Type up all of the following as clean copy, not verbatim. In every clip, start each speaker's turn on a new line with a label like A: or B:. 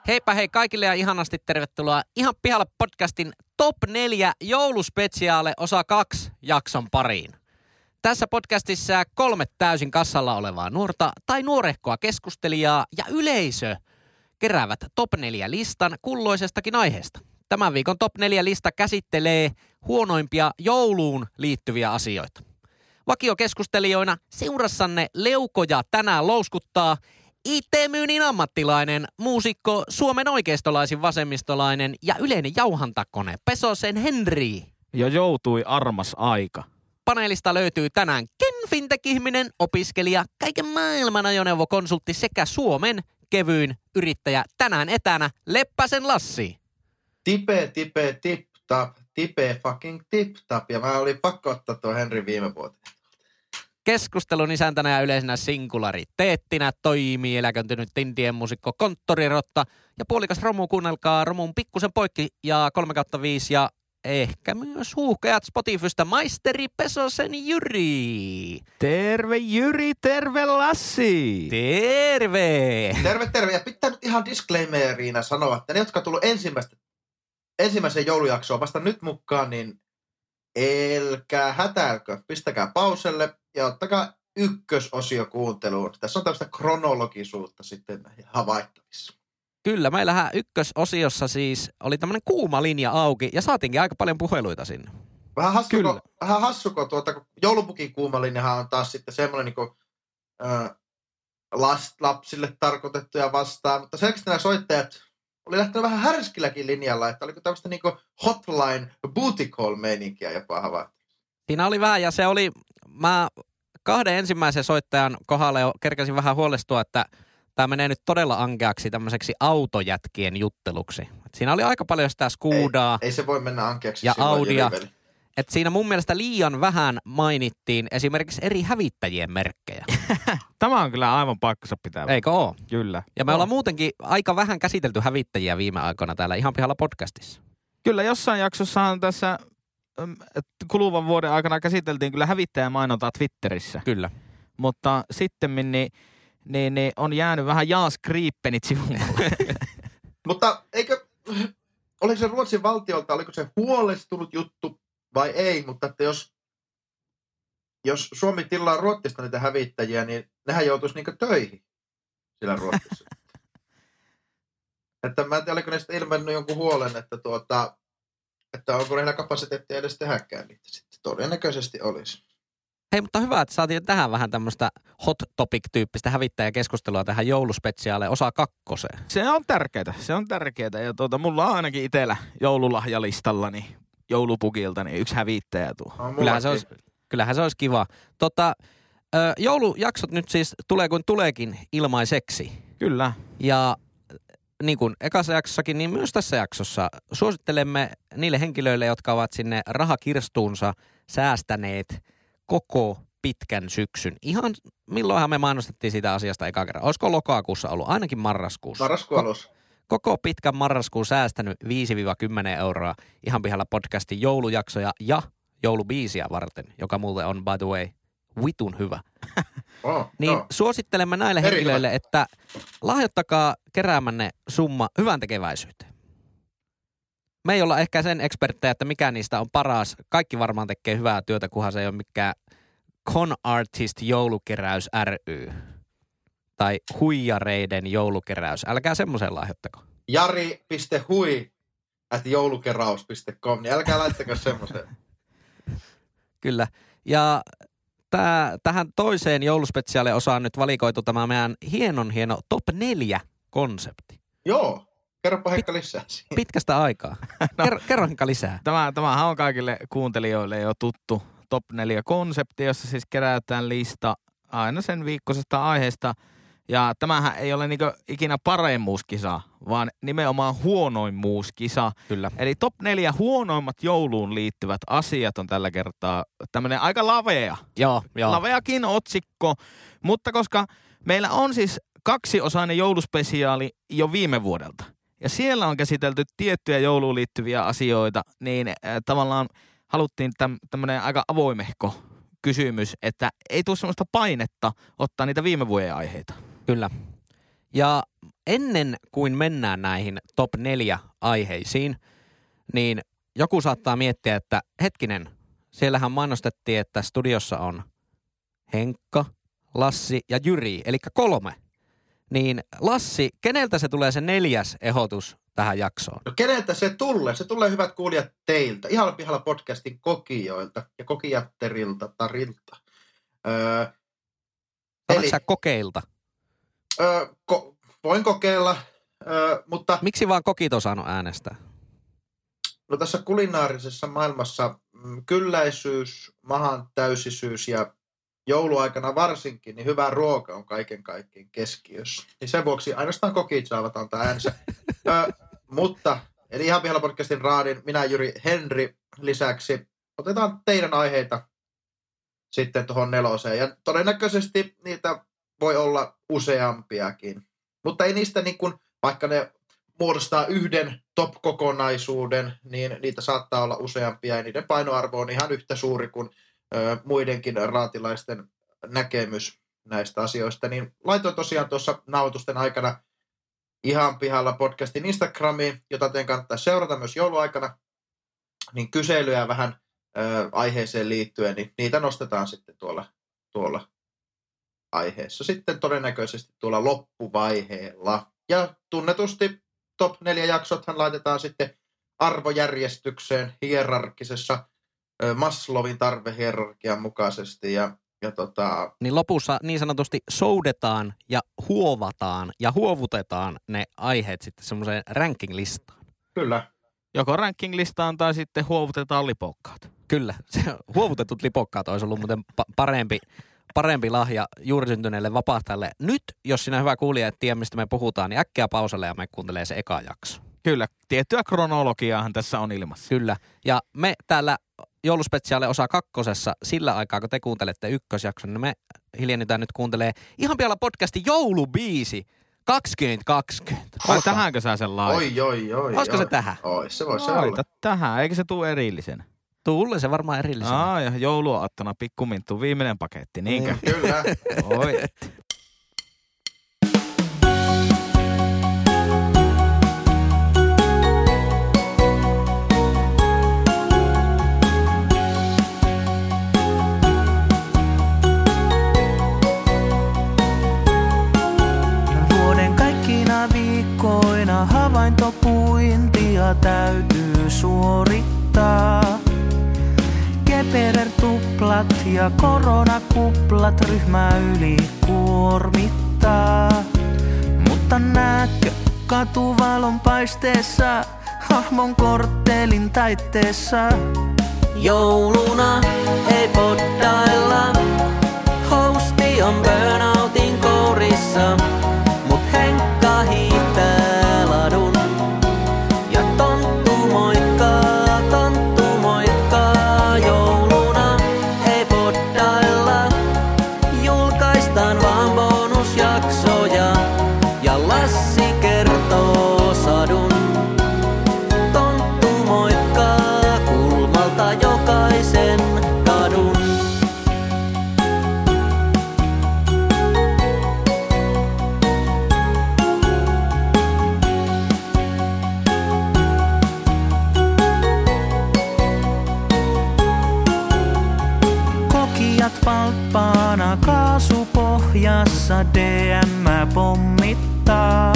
A: Heipä hei kaikille ja ihanasti tervetuloa Ihan pihalle podcastin Top 4 jouluspesiaale osa 2 jakson pariin. Tässä podcastissa 3 täysin kassalla olevaa nuorta tai nuorehkoa keskustelijaa ja yleisö keräävät Top 4 listan kulloisestakin aiheesta. Tämän viikon Top 4 lista käsittelee huonoimpia jouluun liittyviä asioita. Vakiokeskustelijoina seurassanne leukoja tänään louskuttaa IT-myynnin ammattilainen, muusikko, Suomen oikeistolaisin vasemmistolainen ja yleinen jauhantakone Pesosen Henri.
B: Ja joutui armas aika.
A: Paneelista löytyy tänään Ken Fintech-ihminen, opiskelija, kaiken maailman ajoneuvokonsultti sekä Suomen kevyin yrittäjä tänään etänä Leppäsen Lassi.
C: Tipe, tip, tap, tipe, fucking tip, tap. Ja mä olin pakko ottaa tuo Henri viime vuoteen.
A: Keskustelun isäntänä ja yleisenä singulariteettinä toimii eläköintynyt indien muusikko Konttorirotta ja puolikas Romu, kuunnelkaa Romun pikkusen poikki ja 3/5 ja ehkä myös huuhkeat Spotifysta maisteri Pesosen Jyri.
B: Terve Jyri, terve Lassi.
A: Terve.
C: Terve. Ja pitää nyt ihan disclaimeriina sanoa, että ne, jotka on tullut ensimmäisen joulujaksoon vasta nyt mukaan, niin älkää hätäilkö. Pistäkää pauselle ja ottakaa ykkösosio kuunteluun. Tässä on tällaista kronologisuutta sitten havaittavissa.
A: Kyllä, meillähän ykkösosiossa siis oli tämmöinen kuuma linja auki ja saatiinkin aika paljon puheluita sinne.
C: Vähän hassuko kun joulupukin kuuma linjahan on taas sitten semmoinen niin lapsille tarkoitettuja vastaan, mutta selkeästi nämä soittajat oli lähtenyt vähän härskilläkin linjalla, että oliko tämmöistä niin hotline booty call -meininkiä jopa havaittavissa.
A: Siinä oli vähän ja se oli, mä 2 ensimmäisen soittajan kohdalle jo kerkäsin vähän huolestua, että tämä menee nyt todella ankeaksi tämmöiseksi autojätkien jutteluksi. Et siinä oli aika paljon sitä Skodaa.
C: Ei se voi mennä ankeaksi.
A: Ja Audia. Että siinä mun mielestä liian vähän mainittiin esimerkiksi eri hävittäjien merkkejä.
B: Tämä on kyllä aivan paikkansa pitävä.
A: Eikö oo?
B: Kyllä.
A: Ja me ollaan muutenkin aika vähän käsitelty hävittäjiä viime aikoina täällä Ihan pihalla podcastissa.
B: Kyllä, jossain jaksossahan tässä kuluvan vuoden aikana käsiteltiin kyllä hävittäjämainontaa Twitterissä.
A: Kyllä.
B: Mutta sitten niin on jäänyt vähän Jaas Gripenit sivulle.
C: Mutta oliko se Ruotsin valtiolta, oliko se huolestunut juttu vai ei, mutta että jos Suomi tilaa Ruotsista niitä hävittäjiä, niin nehän joutuisi niinku töihin sillä Ruotsissa. Että mä en tiedä, oliko ne sitten ilmennyt jonkun huolen, että onko niillä kapasiteettia edes tehdäkään niitä sitten. Todennäköisesti olisi.
A: Hei, mutta hyvä, että saatiin tähän vähän tämmöistä hot topic-tyyppistä hävittäjäkeskustelua tähän jouluspesiaaleen osa 2.
B: Se on tärkeää. Ja mulla on ainakin itsellä joululahjalistallani joulupukilta niin yksi hävittäjä tuo.
A: Kyllähän se olisi kiva. Joulujaksot nyt siis tulee kuin tuleekin ilmaiseksi.
B: Kyllä.
A: Ja niin kuin ekassa jaksossakin, niin myös tässä jaksossa suosittelemme niille henkilöille, jotka ovat sinne rahakirstuunsa säästäneet koko pitkän syksyn. Ihan milloinhan me mainostettiin siitä asiasta eka kerran? Olisiko lokakuussa ollut? Ainakin marraskuussa.
C: Marraskuun alussa.
A: Koko pitkän marraskuun säästänyt 5-10 euroa Ihan pihalla podcastin joulujaksoja ja joulubiisiä varten, joka mulle on by the way vitun hyvä. Suosittelemme näille henkilöille, että lahjoittakaa keräämänne summa hyvän tekeväisyyteen. Me ei olla ehkä sen eksperttejä, että mikä niistä on paras. Kaikki varmaan tekee hyvää työtä, kunhan se ei ole mikään Con Artist joulukeräys ry. Tai huijareiden joulukeräys. Älkää semmoisen lahjoittako.
C: jari.hui@joulukeraus.com, niin älkää laittako semmoisen.
A: Kyllä. Ja tähän toiseen jouluspesiaaleen osaan nyt valikoitu tämä meidän hieno top 4 konsepti.
C: Joo. Kerropa Henkka lisää.
A: Pitkästä aikaa. Kerro Henkka lisää.
B: Tämähän on kaikille kuuntelijoille jo tuttu top 4 konsepti, jossa siis kerätään lista aina sen viikkoisesta aiheesta. Ja tämähän ei ole niinku ikinä paremmuuskisa, vaan nimenomaan huonoimmuuskisa.
A: Kyllä.
B: Eli top 4 huonoimmat jouluun liittyvät asiat on tällä kertaa tämmöinen aika lavea.
A: Joo.
B: Laveakin otsikko, mutta koska meillä on siis 2-osainen jouluspesiaali jo viime vuodelta. Ja siellä on käsitelty tiettyjä jouluun liittyviä asioita, niin tavallaan haluttiin tämmöinen aika avoimehko kysymys, että ei tule semmoista painetta ottaa niitä viime vuoden aiheita.
A: Kyllä. Ja ennen kuin mennään näihin top 4 aiheisiin, niin joku saattaa miettiä, että hetkinen, siellähän mainostettiin, että studiossa on Henkka, Lassi ja Jyri, eli 3. Niin Lassi, keneltä se tulee se 4. ehdotus tähän jaksoon?
C: No keneltä se tulee? Se tulee, hyvät kuulijat, teiltä. Ihan pihalla podcastin kokijoilta ja kokijatterilta, tarilta.
A: Eli sä kokeilta?
C: Voin kokeilla, mutta...
A: Miksi vaan kokit on saanut äänestää?
C: No tässä kulinaarisessa maailmassa kylläisyys, mahan täysisyys ja jouluaikana varsinkin, niin hyvä ruoka on kaiken kaikkiaan keskiössä. Niin sen vuoksi ainoastaan kokit saavat antaa äänensä. Mutta, eli ihan pihalla podcastin raadin, minä Jyri Henri lisäksi otetaan teidän aiheita sitten tuohon 4. Ja todennäköisesti niitä voi olla useampiakin. Mutta ei niistä niin kuin, vaikka ne muodostaa yhden top-kokonaisuuden, niin niitä saattaa olla useampia ja niiden painoarvo on ihan yhtä suuri kuin muidenkin raatilaisten näkemys näistä asioista. Niin laitoin tosiaan tuossa nauhoitusten aikana ihan pihalla podcastin Instagramiin, jota teidän kannattaa seurata myös jouluaikana, niin kyselyjä vähän aiheeseen liittyen, niin niitä nostetaan sitten tuolla aiheessa sitten todennäköisesti tuolla loppuvaiheella. Ja tunnetusti top 4 jaksothan laitetaan sitten arvojärjestykseen hierarkkisessa Maslowin tarvehierarkian mukaisesti.
A: Niin lopussa niin sanotusti soudetaan ja huovataan ja huovutetaan ne aiheet sitten semmoiseen ranking-listaan.
C: Kyllä.
B: Joko ranking-listaan tai sitten huovutetaan lipokkaat.
A: Kyllä, se huovutetut lipokkaat olisi ollut muuten parempi lahja juurisyntyneelle vapahtajalle. Nyt, jos sinä hyvä kuulija et tiedä, mistä me puhutaan, niin äkkiä pausalle ja me kuuntelee se eka jakso.
B: Kyllä, tiettyä kronologiaahan tässä on ilmassa.
A: Kyllä, ja me täällä jouluspesiaali osa 2, sillä aikaa, kun te kuuntelette 1. jakson, niin me hiljennytään nyt kuuntelee ihan pihalla podcastin joulubiisi 2020.
B: Vai tähänkö sä sen laitat?
C: Oi.
A: Olisiko se tähän?
C: Oi, se voisi olla.
B: Laita tähän, eikä se tule erillisenä?
A: Tuulle se varmaan erillisenä.
B: Ja jouluaattona pikkuminttu viimeinen paketti, niinkö?
C: Kyllä.
B: Oi.
D: Vuoden kaikkina viikkoina havaintopuintia täytyy suorittaa. Keperer-tuplat ja koronakuplat ryhmä yli kuormittaa. Mutta näetkö katuvalon paisteessa hahmon korttelin taitteessa? Jouluna ei poddailla, hosti on burnoutin kourissa, mut Henkka hiihtää ladun. Ja tonttu moikkaa, jouluna ei poddailla, julkaistaan vaan bonusjaksoja ja Lassi kertoo sadun. Tonttu moikkaa kulmalta jokaisen kadun. Kokijat valppaana kaasupohjassa DM pommittaa.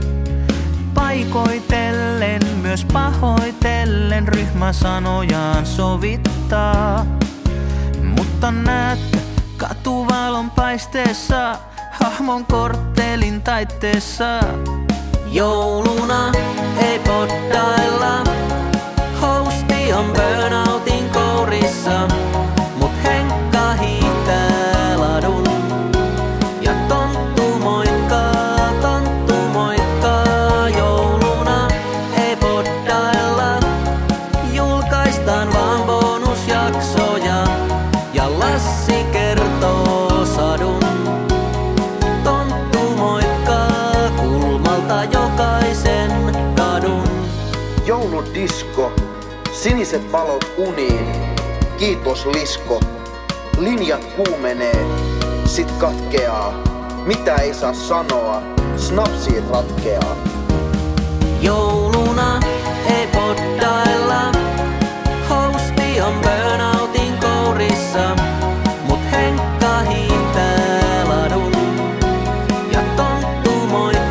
D: Paikoitellen, myös pahoitellen ryhmä sanojaan sovittaa. Mutta näetkö katuvalon paisteessa hahmon korttelin taitteessa? Jouluna ei poddailla, hosti on burnoutin kourissa, mut Henkka hiihtää ladun. Ja tonttu moikkaa, jouluna ei poddailla, julkaistaan vaan bonusjaksoja ja Lassi kertoo sadun. Tonttu moikkaa kulmalta jokaisen kadun.
E: Jouludisko, siniset valot uniin, kiitos lisko. Linjat kuumenee, sit katkeaa, mitä ei saa sanoa. snapsiin ratkeaa.
D: Jouluna ei poddailla. Hosti on burnoutin kourissa. Mut Henkka hiihtää ladun. Ja tonttu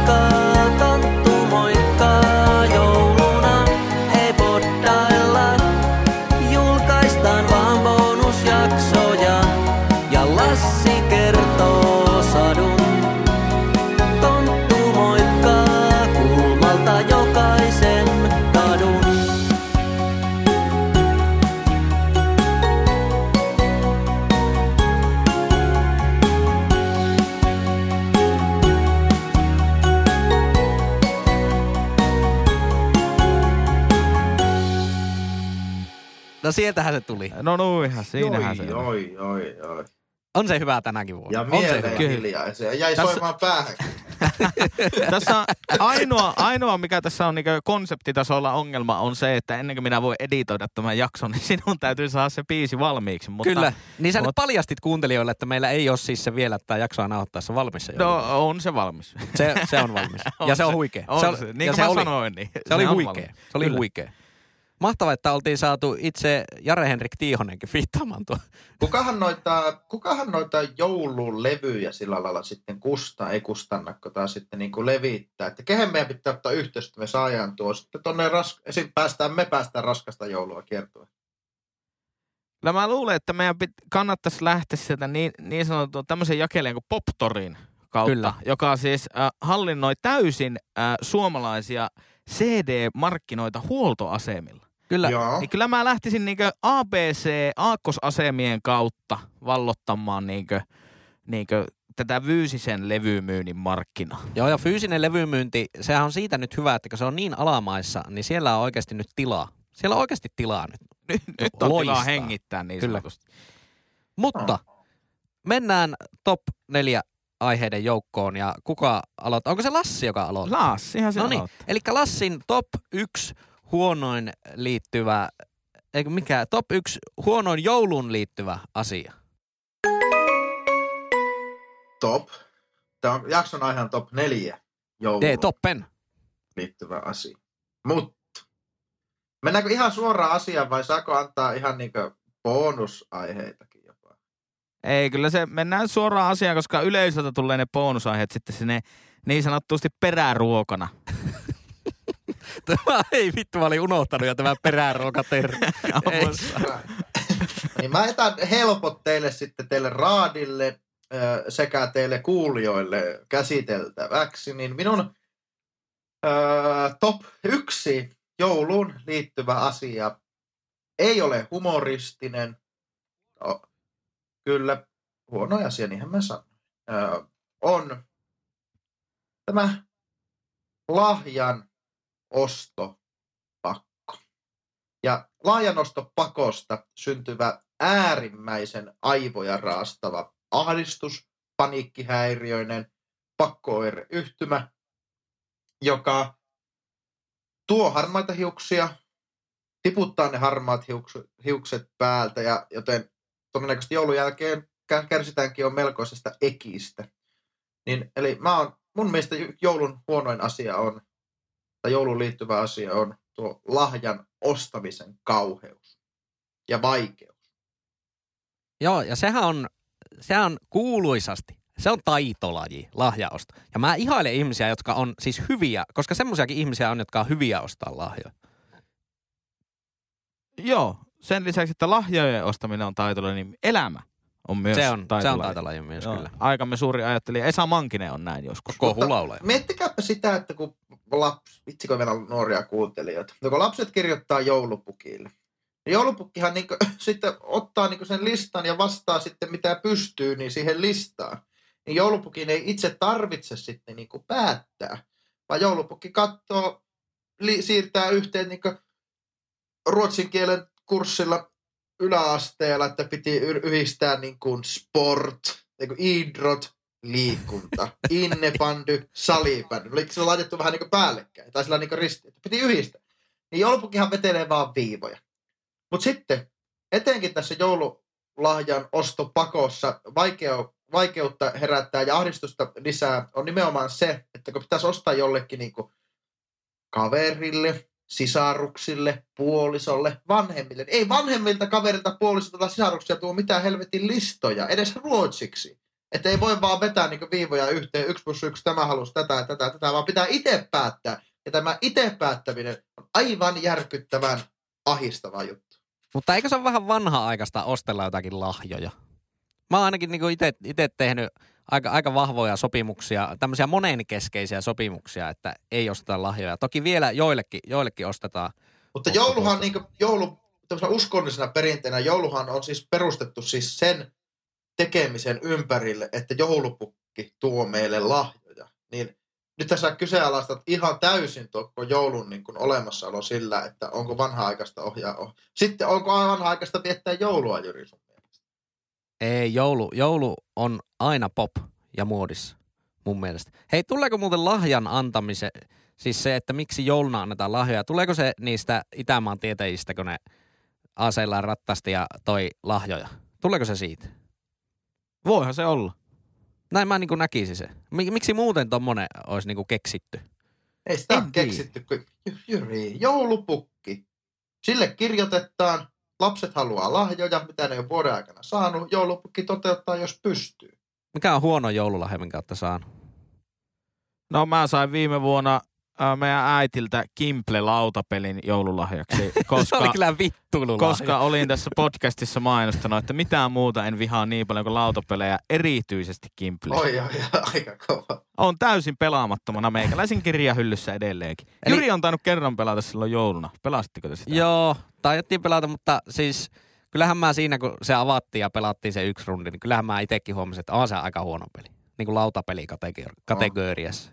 D: moikkaa. Jouluna ei poddailla. Julkaistaan vaan bonusjaksoja. Ja Lassi kertoo sadun. Tonttu moikkaa kulmalta jokaisen kadun.
A: No sieltähän se tuli.
B: No nuihan, siinähän se.
C: Oi.
A: On se hyvä tänäkin vuonna.
C: Ja
A: On se
C: mieleen
A: hyvä.
C: hiljaisia. Jäi
B: Tässä-
C: soimaan päähän.
B: Tässä ainoa, mikä tässä on niin konseptitasolla ongelma, on se, että ennen kuin minä voin editoida tämän jakson, niin sinun täytyy saada se biisi valmiiksi. Mutta,
A: Kyllä. Niin sä nyt
B: mutta-
A: paljastit kuuntelijoille, että meillä ei ole siis se vielä, että tämä jaksoa nauhoittaessa valmis se
B: No,
A: jouluna.
B: on se valmis.
A: Se on valmis. Ja se on huikea.
B: On se. Niin
A: ja
B: kuin
A: se
B: mä
A: oli,
B: sanoin, niin
A: se oli
B: on
A: huikea.
B: valmis.
A: Se oli
B: Kyllä.
A: huikea. Mahtavaa, että oltiin saatu itse Jare-Henrik Tiihonenkin fiittaamaan tuo.
C: Kukahan noita joululevyjä sillä lailla sitten ei kustannakko tai sitten niin kuin levittää. Että kehen meidän pitää ottaa yhteyttä, että me saadaan tuo sitten tuonne esim. Me päästään raskasta joulua kiertoon.
B: Kyllä mä luulen, että meidän kannattaisi lähteä sieltä niin sanotun tämmöisen jakelijan kuin Poptorin kautta,
A: Kyllä.
B: joka siis hallinnoi täysin suomalaisia CD-markkinoita huoltoasemilla.
A: Kyllä.
C: Joo.
B: Niin kyllä mä lähtisin niinkö ABC-aakkosasemien kautta vallottamaan niinkö tätä fyysisen levymyynnin markkinaa.
A: Joo, ja fyysinen levymyynti, sehän on siitä nyt hyvä, että kun se on niin alamaissa, niin siellä on oikeasti nyt tilaa. Siellä on oikeasti tilaa nyt.
B: Nyt on tilaa
A: Loistaa.
B: hengittää niin
A: Kyllä.
B: sanotusti.
A: Mutta mennään top 4 aiheiden joukkoon ja kuka aloittaa? Onko se Lassi, joka aloittaa?
B: Lassihan se
A: No niin,
B: aloittaa.
A: eli Lassin top 1 huonoin liittyvä, eikö mikä, top 1 huonoin jouluun liittyvä asia.
C: Tämä on jakson aihan top 4 jouluun
A: Toppen.
C: liittyvä asia. Mutta mennäänkö ihan suoraan asiaan vai saako antaa ihan niinku bonusaiheitakin jopa?
B: Ei, kyllä se mennään suoraan asiaan, koska yleisöltä tulee ne bonusaiheet sitten sinne niin sanottusti peräruokana.
A: Tämä ei vittu, mä olin unohtanut jo tämä peräruokatermi. Ei.
C: Niin mä jätän helpot teille raadille sekä teille kuulijoille käsiteltäväksi, niin minun top 1 jouluun liittyvä asia ei ole humoristinen. No, kyllä, huono asia, niinhän mä sanon. On tämä lahjan ostopakko. Ja lahjanostopakosta syntyvä äärimmäisen aivoja raastava ahdistus, paniikkihäiriöinen pakko-oireyhtymä, joka tuo harmaita hiuksia, tiputtaa ne harmaat hiukset päältä, ja joten todennäköisesti joulun jälkeen kärsitäänkin jo melkoisesta ekistä. Niin, eli mun mielestä joulun huonoin asia on, tai jouluun liittyvä asia on tuo lahjan ostamisen kauheus ja vaikeus.
A: Joo, ja sehän on kuuluisasti. Se on taitolaji, lahjaosto. Ja mä ihailen ihmisiä, jotka on siis hyviä, koska semmoisiakin ihmisiä on, jotka on hyviä ostaa lahjoja.
B: Joo, sen lisäksi, että lahjojen ostaminen on taitola, niin elämä on myös
A: Se on
B: taitolaji.
A: taitolaji myös,
B: Joo,
A: kyllä.
B: aikamme suuri ajattelija Esa Mankinen on näin joskus.
A: Kohulaulaja.
C: Miettikääpä sitä, että kun vitsi kun vielä nuoria kuuntelijoita, kun lapset kirjoittaa joulupukille, niin joulupukkihan niin kuin, sitten ottaa niin kuin sen listan ja vastaa sitten mitä pystyy niin siihen listaan. Niin joulupukin ei itse tarvitse sitten niin kuin päättää, vaan joulupukki katsoo, siirtää yhteen niin kuin ruotsin kielen kurssilla yläasteella, että piti yhdistää niin kuin sport, niin kuin idrot, liikunta, innebandy, salibändy. Oliko se laitettu vähän niin kuin päällekkäin, tai sillä niin kuin ristiin, että piti yhdistää. Niin joulupukihan vetelee vaan viivoja. Mutta sitten, etenkin tässä joululahjan ostopakossa vaikeutta herättää ja ahdistusta lisää on nimenomaan se, että että kun pitäisi ostaa jollekin niinku kaverille, sisaruksille, puolisolle, vanhemmille. Ei vanhemmilta kaverilta, puolisolta tai sisaruksia tuo mitään helvetin listoja, edes ruotsiksi. Että ei voi vaan vetää niinku viivoja yhteen, 1+1, tämä halusi tätä, vaan pitää itse päättää. Ja tämä itse päättäminen on aivan järkyttävän ahistava juttu.
A: Mutta eikö se ole vähän vanha-aikaista ostella jotakin lahjoja? Mä oon ainakin niinku itse tehnyt aika vahvoja sopimuksia, tämmöisiä monenkeskeisiä sopimuksia, että ei osteta lahjoja. Toki vielä joillekin ostetaan.
C: Mutta jouluhan niinku, uskonnollisena perinteenä, jouluhan on siis perustettu siis sen tekemisen ympärille, että joulupukki tuo meille lahjoja. Niin nyt tässä kyseenalaistat ihan täysin tuo joulun niin kuin olemassaolo sillä, että onko vanha-aikaista Sitten onko vanha-aikaista viettää joulua, Jyri, sun mielestä?
A: Ei, joulu on aina pop ja muodissa, mun mielestä. Hei, tuleeko muuten lahjan antamisen, siis se, että miksi jouluna annetaan lahjoja, tuleeko se niistä Itämaan tietäjistä, kun ne aseillaan rattasti ja toi lahjoja? Tuleeko se siitä?
B: Voihan se olla.
A: Näin mä niin kuin näkisin se. Miksi muuten tommonen olisi niin kuin keksitty?
C: Ei sitä ole keksitty, kun Jyri, joulupukki. Sille kirjoitetaan, lapset haluaa lahjoja, mitä ne ei ole vuoden aikana saanut. Joulupukki toteuttaa, jos pystyy.
A: Mikä on huono joululahja, minkä olette saanut?
B: No mä sain viime vuonna meidän äitiltä Kimple-lautapelin joululahjaksi,
A: Se oli kyllä vittuilulahja.
B: koska olin tässä podcastissa mainostanut, että mitään muuta en vihaa niin paljon kuin lautapelejä, erityisesti Kimple.
C: Oi, aika kova.
B: On täysin pelaamattomana meikäläisen kirjahyllyssä edelleenkin.
A: Eli
B: Jyri on tainnut kerran pelata silloin jouluna. Pelasitteko te sitä?
A: Joo, taidettiin pelata, mutta siis kyllähän mä siinä, kun se avattiin ja pelattiin se yksi rundi, niin kyllähän mä itsekin huomasin, että on se aika huono peli. Niin kuin lautapelikategoriassa.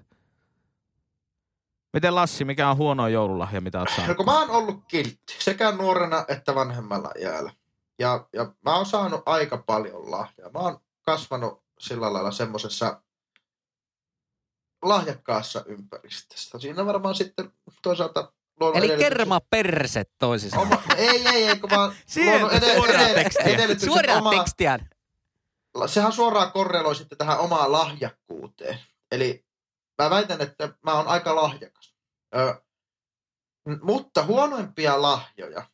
B: Miten Lassi, mikä on huono joululahja, mitä oot saanut?
C: No kun mä oon ollut kiltti, sekä nuorena että vanhemmalla iällä. Ja mä oon saanut aika paljon lahjaa. Mä oon kasvanut sillä lailla semmosessa lahjakkaassa ympäristössä. Siinä varmaan sitten toisaalta
A: Eli kerma perset toisissa.
C: Ei, kun mä
A: Suoraa tekstiä.
C: Sehän suoraan korreloi sitten tähän omaan lahjakkuuteen. Eli mä väitän, että mä oon aika lahjakas. Mutta huonoimpia lahjoja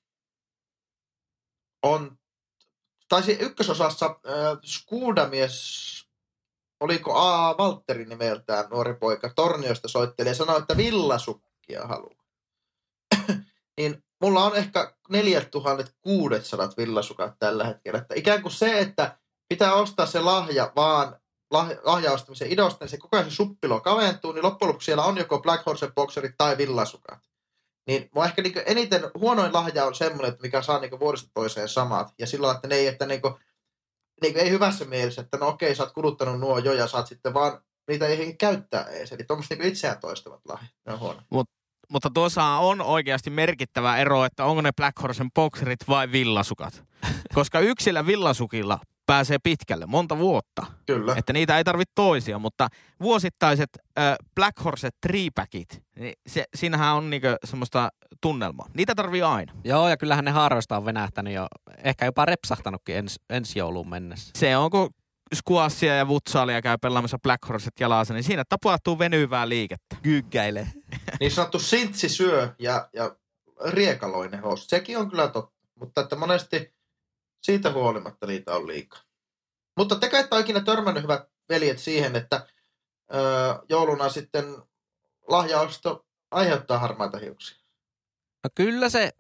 C: on, taisi ykkösosassa Skuudamies, oliko Valtteri nimeltään, nuori poika, Torniosta soitteli ja sanoi, että villasukkia haluaa. Niin mulla on ehkä 4600 villasukat tällä hetkellä. Että ikään kuin se, että pitää ostaa se lahja vaan lahjaostamisen idosta, niin se koko ajan se suppilo kaventuu, niin loppujen lopuksi siellä on joko Black Horse boxerit tai villasukat. Niin mua ehkä niin eniten huonoin lahja on semmoinen, että mikä saa niin vuodesta toiseen samat. Ja sillä että ne ei, että niin ei hyvässä mielessä, että no okei, sä oot kuluttanut nuo jo ja saat sitten vaan, niitä ei käyttää edes. Eli tuommoista niin itseään toistavat lahjat, ne on huono.
B: Mutta tuossa on oikeasti merkittävä ero, että onko ne Black Horsen boxerit vai villasukat. Koska yksillä villasukilla pääsee pitkälle, monta vuotta.
C: Kyllä.
B: Että niitä ei tarvitse toisia, mutta vuosittaiset Black Horse tripackit, niin siinähän on niinku semmoista tunnelmaa. Niitä tarvii aina.
A: Joo, ja kyllähän ne haaroista on venähtänyt jo, ehkä jopa repsahtanutkin ensi jouluun mennessä.
B: Se on, kun squashia ja futsaalia käy pelaamassa Black Horset jalassa, niin siinä tapahtuu venyvää liikettä.
A: Kykkäile.
C: Niin sanottu sintsi syö ja riekaloinen host. Sekin on kyllä totta, mutta että monesti siitä huolimatta niitä on liikaa. Mutta te ette ole ikinä törmännyt, hyvät veljet, siihen, että jouluna sitten lahjaosto aiheuttaa harmaita hiuksia.
A: No kyllä se,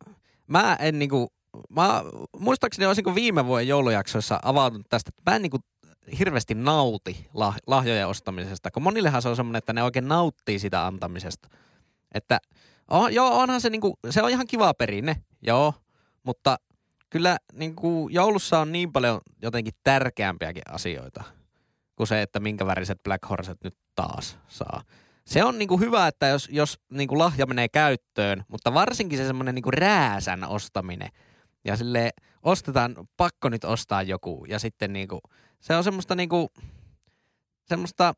A: muistaakseni olisinko viime vuoden joulujaksoissa avautunut tästä, että mä en hirveästi nauti lahjojen ostamisesta, kun monillehan se on semmoinen, että ne oikein nauttii sitä antamisesta. Että onhan se se on ihan kiva perinne, joo, mutta kyllä joulussa on niin paljon jotenkin tärkeämpiäkin asioita kuin se, että minkä väriset Black Horset nyt taas saa. Se on hyvä, että jos lahja menee käyttöön, mutta varsinkin se semmoinen rääsän ostaminen ja silleen ostetaan, pakko nyt ostaa joku ja sitten se on semmoista semmoista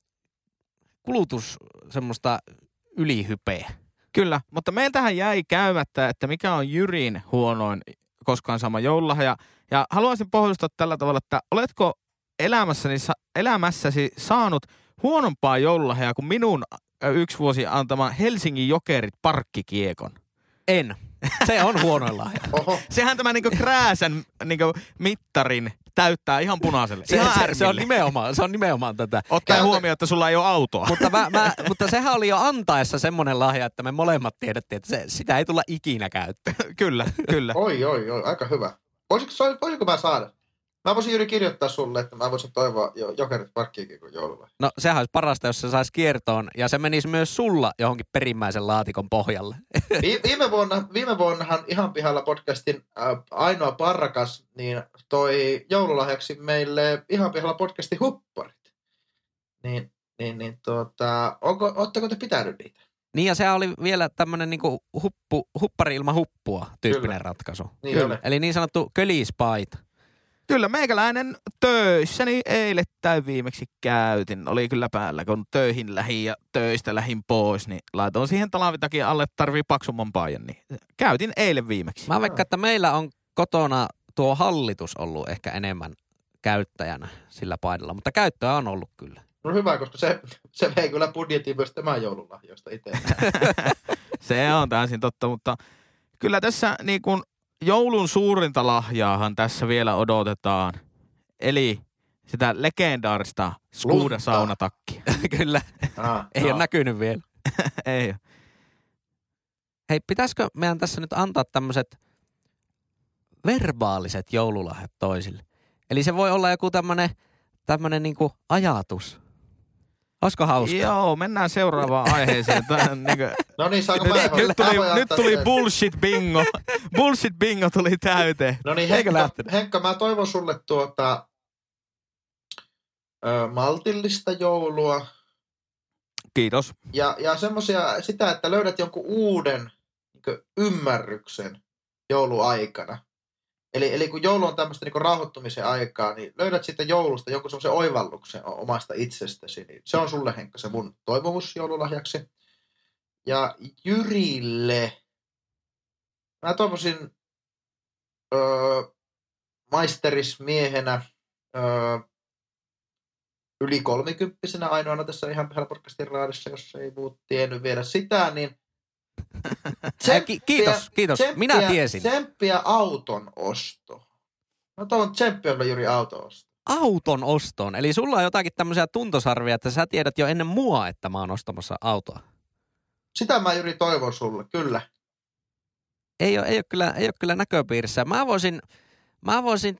A: semmoista ylihypeä.
B: Kyllä, mutta meiltähän jäi käymättä, että mikä on Jyrin huonoin koskaan sama joululahja. Ja haluaisin pohjustaa tällä tavalla, että oletko elämässäsi saanut huonompaa joululahjaa kuin minun yksi vuosi antama Helsingin Jokerit parkkikiekon.
A: En. Se on huonoin lahja.
C: Oho.
B: Sehän tämä niinku krääsän niinku mittarin täyttää ihan punaiselle.
A: Se on nimenomaan tätä.
B: Ottaen huomioon, että sulla ei ole autoa.
A: Mutta sehän oli jo antaessa semmoinen lahja, että me molemmat tiedettiin, että sitä ei tulla ikinä käyttää.
B: Kyllä.
C: Oi, aika hyvä. Voisiko mä saada? Mä voisin juuri kirjoittaa sulle, että mä voisin toivoa Jokerit parkkikiekon joululla.
A: No sehän olisi parasta, jos se saisi kiertoon ja se menisi myös sulla johonkin perimmäisen laatikon pohjalle.
C: Viime vuonnahan Ihan pihalla podcastin ainoa parrakas niin toi joululahjaksi meille Ihan pihalla podcastin hupparit. Ootteko te pitänyt niitä?
A: Niin ja se oli vielä tämmöinen niinku huppari ilman huppua tyyppinen ratkaisu.
C: Niin
A: Eli niin sanottu kölispaita.
B: Kyllä, meikäläinen töissäni eilettäin viimeksi käytin. Oli kyllä päällä, kun töihin lähin ja töistä lähin pois, niin laitoin siihen talvitakin alle, tarvii paksumman paijan. Niin käytin eilen viimeksi.
A: Mä veikkaan, että meillä on kotona tuo hallitus ollut ehkä enemmän käyttäjänä sillä paidalla, mutta käyttöä on ollut kyllä.
C: No hyvä, koska se vei kyllä budjetin myös tämän joululahjoista itse.
B: Se on täysin totta, mutta kyllä tässä niin kuin joulun suurinta lahjaahan tässä vielä odotetaan. Eli sitä legendaarista Skoda-saunatakkia.
A: Kyllä. Ei ole näkynyt vielä.
B: Ei ole.
A: Hei, pitäisikö meidän tässä nyt antaa tämmöiset verbaaliset joululahjat toisille? Eli se voi olla joku tämmönen niinku ajatus. Olisiko hauska?
B: Joo, mennään seuraavaan aiheeseen.
C: No niin, saanko
B: nyt tuli bullshit bingo. Bullshit bingo tuli täyteen.
C: No niin, Henkka, mä toivon sulle maltillista joulua.
B: Kiitos.
C: Ja sitä, että löydät jonkun uuden ymmärryksen jouluaikana. Eli kun joulu on tämmöistä niin rauhoittumisen aikaa, niin löydät sitten joulusta jonkun semmoisen oivalluksen omasta itsestäsi. Niin se on sulle, Henkka, se mun toivomus joululahjaksi. Ja Jyrille mä toivoisin maisterismiehenä yli 30-vuotiaana ainoana tässä Ihan pihalla podcastin raadissa, jos ei muut tiennyt vielä sitä, niin
A: Kiitos. Minä tiesin.
C: Tsemppiä auton osto. Mä toivon tsemppiä juuri auton osto.
A: Auton ostoon? Eli sulla on jotakin tämmöisiä tuntosarvia, että sä tiedät jo ennen mua, että mä oon ostamassa autoa. Sitä
C: mä juuri toivon sulle, kyllä.
A: Ei ole kyllä näköpiirissä. Mä voisin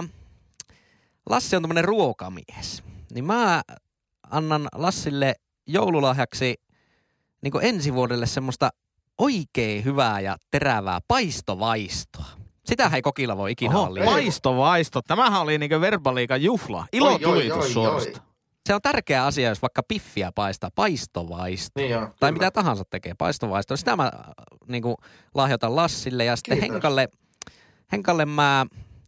A: Lassi on tämmönen ruokamies. Niin mä annan Lassille joululahjaksi niin kuin ensi vuodelle semmoista oikein hyvää ja terävää paistovaistoa. Sitähän ei kokilla voi ikinä olla.
B: Paistovaisto. Tämähän oli niinku verbaliikan juhla. Ilotulitus suorasta.
A: Se on tärkeä asia, jos vaikka piffiä paistaa. Paistovaisto.
C: Niin
A: tai kyllä. Mitä tahansa tekee. Paistovaisto. Sitä mä niinku lahjoitan Lassille ja sitten Henkalle mä...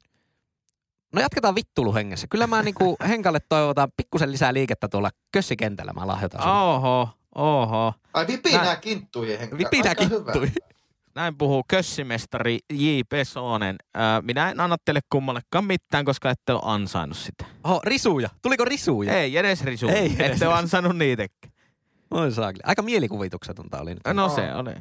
A: No jatketaan vittuiluhengessä. Kyllä mä niinku Henkalle toivotan pikkusen lisää liikettä tuolla kössikentällä. Mä lahjoitan sulle.
B: Oho.
C: Ai vipinää kinttuihin, Henkka.
A: Vipinää kinttuihin.
B: Näin puhuu kössimestari J. Pesonen. Minä en anna teille kummallekaan mitään, koska ette ole ansainnut sitä.
A: Risuja. Tuliko risuja?
B: Ei edes risuja. Ette ole ansainnut niitäkään.
A: Oi saakeli. Aika mielikuvituksetonta oli nyt.
B: No se oli.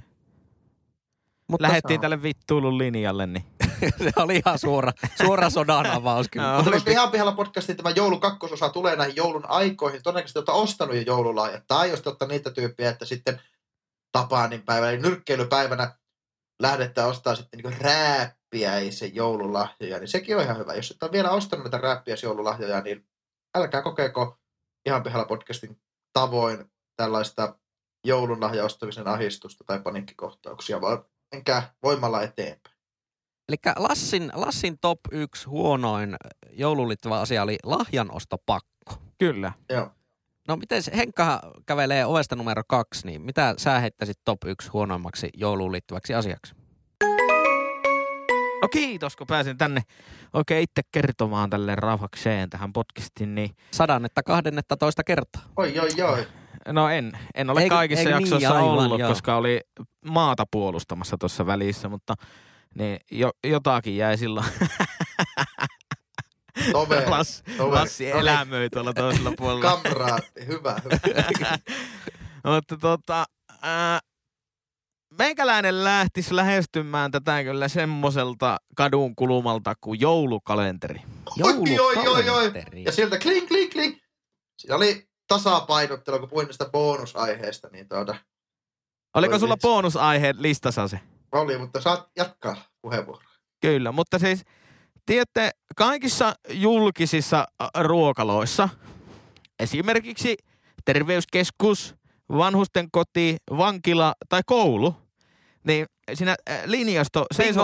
B: Mutta lähettiin tälle vittuilun linjalle, niin.
A: Se oli ihan suora sodan avaus kyllä.
C: Koska Ihan pihalla podcastin tämä joulun kakkososa tulee näihin joulun aikoihin. Todennäköisesti olette ostanut jo joululahjat. Tai jos te olette niitä tyyppiä, että sitten Tapaanin päivänä, eli nyrkkeilypäivänä lähdette ostaa sitten niin rääppiäisen joululahjoja, niin sekin on ihan hyvä. Jos et ole vielä ostanut näitä rääppiäisen joululahjoja, niin älkää kokeeko Ihan pihalla podcastin tavoin tällaista joulunlahja ostamisen ahdistusta tai paniikkikohtauksia, vaan menkää voimalla eteenpäin.
A: Elikkä Lassin top 1 huonoin jouluun liittyvä asia oli lahjanostopakko.
B: Kyllä.
C: Joo.
A: No miten Henkka kävelee ovesta numero 2, niin mitä sä heittäisit top 1 huonoimmaksi jouluun liittyväksi asiaksi?
B: No kiitos, kun pääsin tänne oikein itse kertomaan tälle rauhakseen tähän podcastiin. Niin
A: 112 kertaa.
C: Oi.
B: No en ole kaikissa jaksoissa niin, ollut, koska oli maata puolustamassa tuossa välissä, mutta niin jotakin jäi silloin.
C: Toveri.
B: Lassi elämöi tuolla toisella puolella.
C: Kamraatti, hyvä.
B: Mutta meikäläinen lähtisi lähestymään tätä kyllä semmoiselta kadun kulumalta kuin joulukalenteri.
C: Oi. Ja sieltä kling. Siinä oli tasapainottelu, kun puhuin näistä bonusaiheista. Niin
B: Oliko sulla bonusaihe listassa se?
C: Oli, mutta saat jatkaa puheenvuoroa.
B: Kyllä, mutta siis tiedätte, kaikissa julkisissa ruokaloissa, esimerkiksi terveyskeskus, vanhusten koti, vankila tai koulu, niin siinä linjasto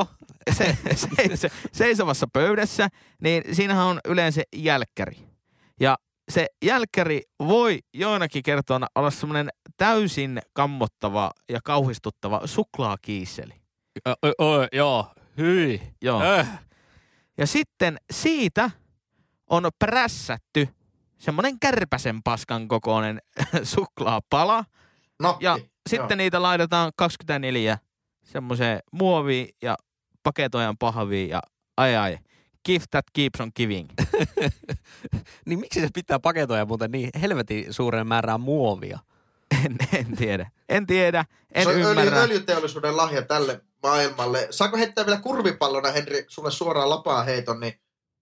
B: seisovassa pöydässä, niin siinähän on yleensä jälkkäri. Ja se jälkkäri voi joinakin kertoina olla semmoinen täysin kammottava ja kauhistuttava suklaakiisseli.
A: Joo, hyi.
B: Joo. Ja sitten siitä on prässätty semmoinen kärpäsen paskan kokoinen suklaapala.
C: Nokki.
B: Ja sitten niitä laitetaan 24 semmoiseen muoviin ja paketoijan pahviin ja ai. Gift that keeps on giving.
A: Niin miksi se pitää paketoida muuten niin helvetin suuren määrään muovia?
B: En tiedä. En ymmärrä.
C: Se on öljyteollisuuden lahja tälle maailmalle. Saako heittää vielä kurvipallona, Henri, sulle suoraan lapaa heiton, niin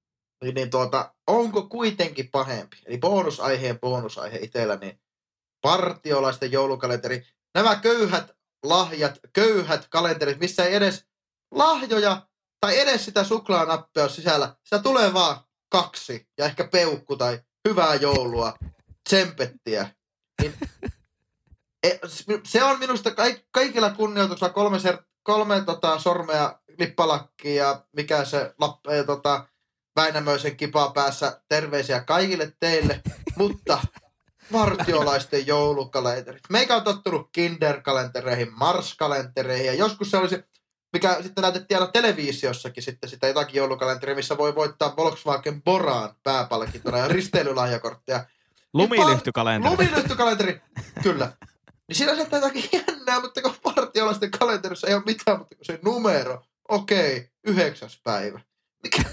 C: onko kuitenkin pahempi? Eli bonusaihe itsellä, niin partiolaisten joulukalenteri. Nämä köyhät lahjat, köyhät kalenterit, missä ei edes lahjoja tai edes sitä suklaanappia sisällä. Sitä tulee vaan 2 ja ehkä peukku tai hyvää joulua, tsempettiä. Niin, se on minusta kaikilla kunnioituksella 3 sormea lippalakkiin ja mikä se Väinämöisen kipaa päässä. Terveisiä kaikille teille, mutta vartiolaisten joulukalenterit. Meikä on tottunut Kinder-kalentereihin, Mars-kalentereihin ja joskus se olisi, mikä sitten näytettiin aina televisiossakin sitten sitä jotakin joulukalenteria, missä voi voittaa Volkswagen Boraan pääpalkintona ja risteilylahjakortteja.
B: Lumilyhtykalenteri,
C: kyllä. Niin siinä on jotakin jännää, mutta kun partiolaisten kalenterissa ei ole mitään, mutta kun se numero, 9. päivä. Mikä?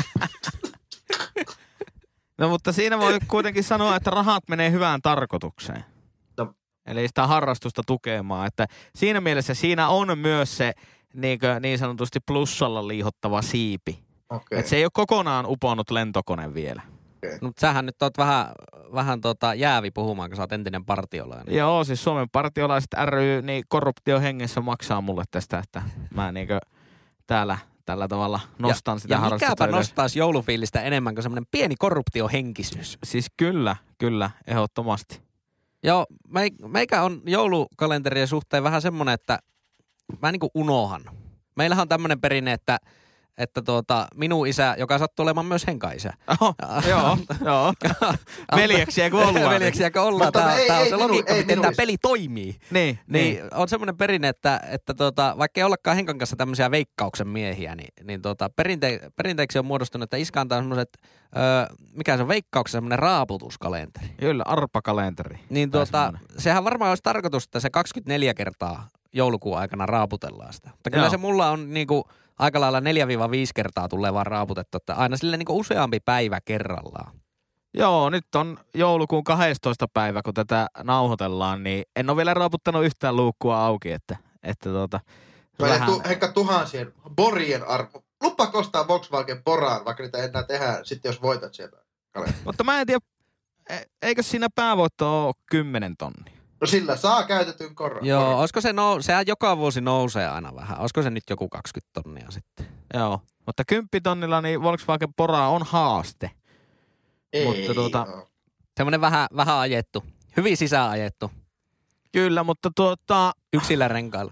B: No mutta siinä voi kuitenkin sanoa, että rahat menee hyvään tarkoitukseen.
C: No.
B: Eli sitä harrastusta tukemaan. Että siinä mielessä siinä on myös se niin sanotusti plussalla liihottava siipi.
C: Okay.
B: Että se ei ole kokonaan uponnut lentokone vielä.
C: Okay.
A: No, sähän nyt oot vähän jäävi puhumaan, kun sä oot entinen partiolainen.
B: Joo, siis Suomen partiolaiset ry, niin korruptiohengessä maksaa mulle tästä, että mä täällä tällä tavalla nostan sitä harrastusta.
A: Ja mikäpä nostaisi joulufiilistä enemmän kuin semmoinen pieni korruptiohenkisyys.
B: Siis kyllä, ehdottomasti.
A: Joo, meikä on joulukalenterien suhteen vähän semmoinen, että mä niin kuin unohan. Meillähän on tämmöinen perinne, että minun isä, joka sattuu olemaan myös Henka-isä.
B: Joo. Veljeksiä kun ollaan.
A: Veljeksiä ollaan. Tämä on se logiikka, miten tämä peli toimii.
B: Niin.
A: On semmoinen perinne, että vaikka ei ollakaan Henkan kanssa tämmöisiä veikkauksen miehiä, niin perinteeksi on muodostunut, että iskä antaa semmoiset, mikä se on veikkauksen, semmoinen raaputuskalenteri.
B: Kyllä, arpakalenteri.
A: Niin sehän varmaan olisi tarkoitus, että se 24 kertaa joulukuun aikana raaputellaan sitä. Mutta kyllä se mulla on niinku aika lailla 4-5 kertaa tulee vaan raaputettu, että aina sille niinku useampi päivä kerrallaan.
B: Joo, nyt on joulukuun 12. päivä, kun tätä nauhoitellaan, niin en ole vielä raaputtanut yhtään luukkua auki, että
C: vähän... Ehkä tuhansien borien arvo. Lupa kostaa Volkswagen Boraan, vaikka niitä enää tehdään sitten, jos voitat sieltä.
B: Mutta mä en tiedä, eikö siinä päävoitto ole 10 tonnia?
C: No sillä saa käytetyn korran.
A: Joo, olisiko sehän joka vuosi nousee aina vähän. Olisiko se nyt joku 20 tonnia sitten?
B: Joo, mutta 10 tonnilla niin Volkswagen Pora on haaste.
C: Ei,
B: mutta
A: semmoinen vähän ajettu. Hyvin sisään ajettu.
B: Kyllä, mutta
A: yksillä renkailla.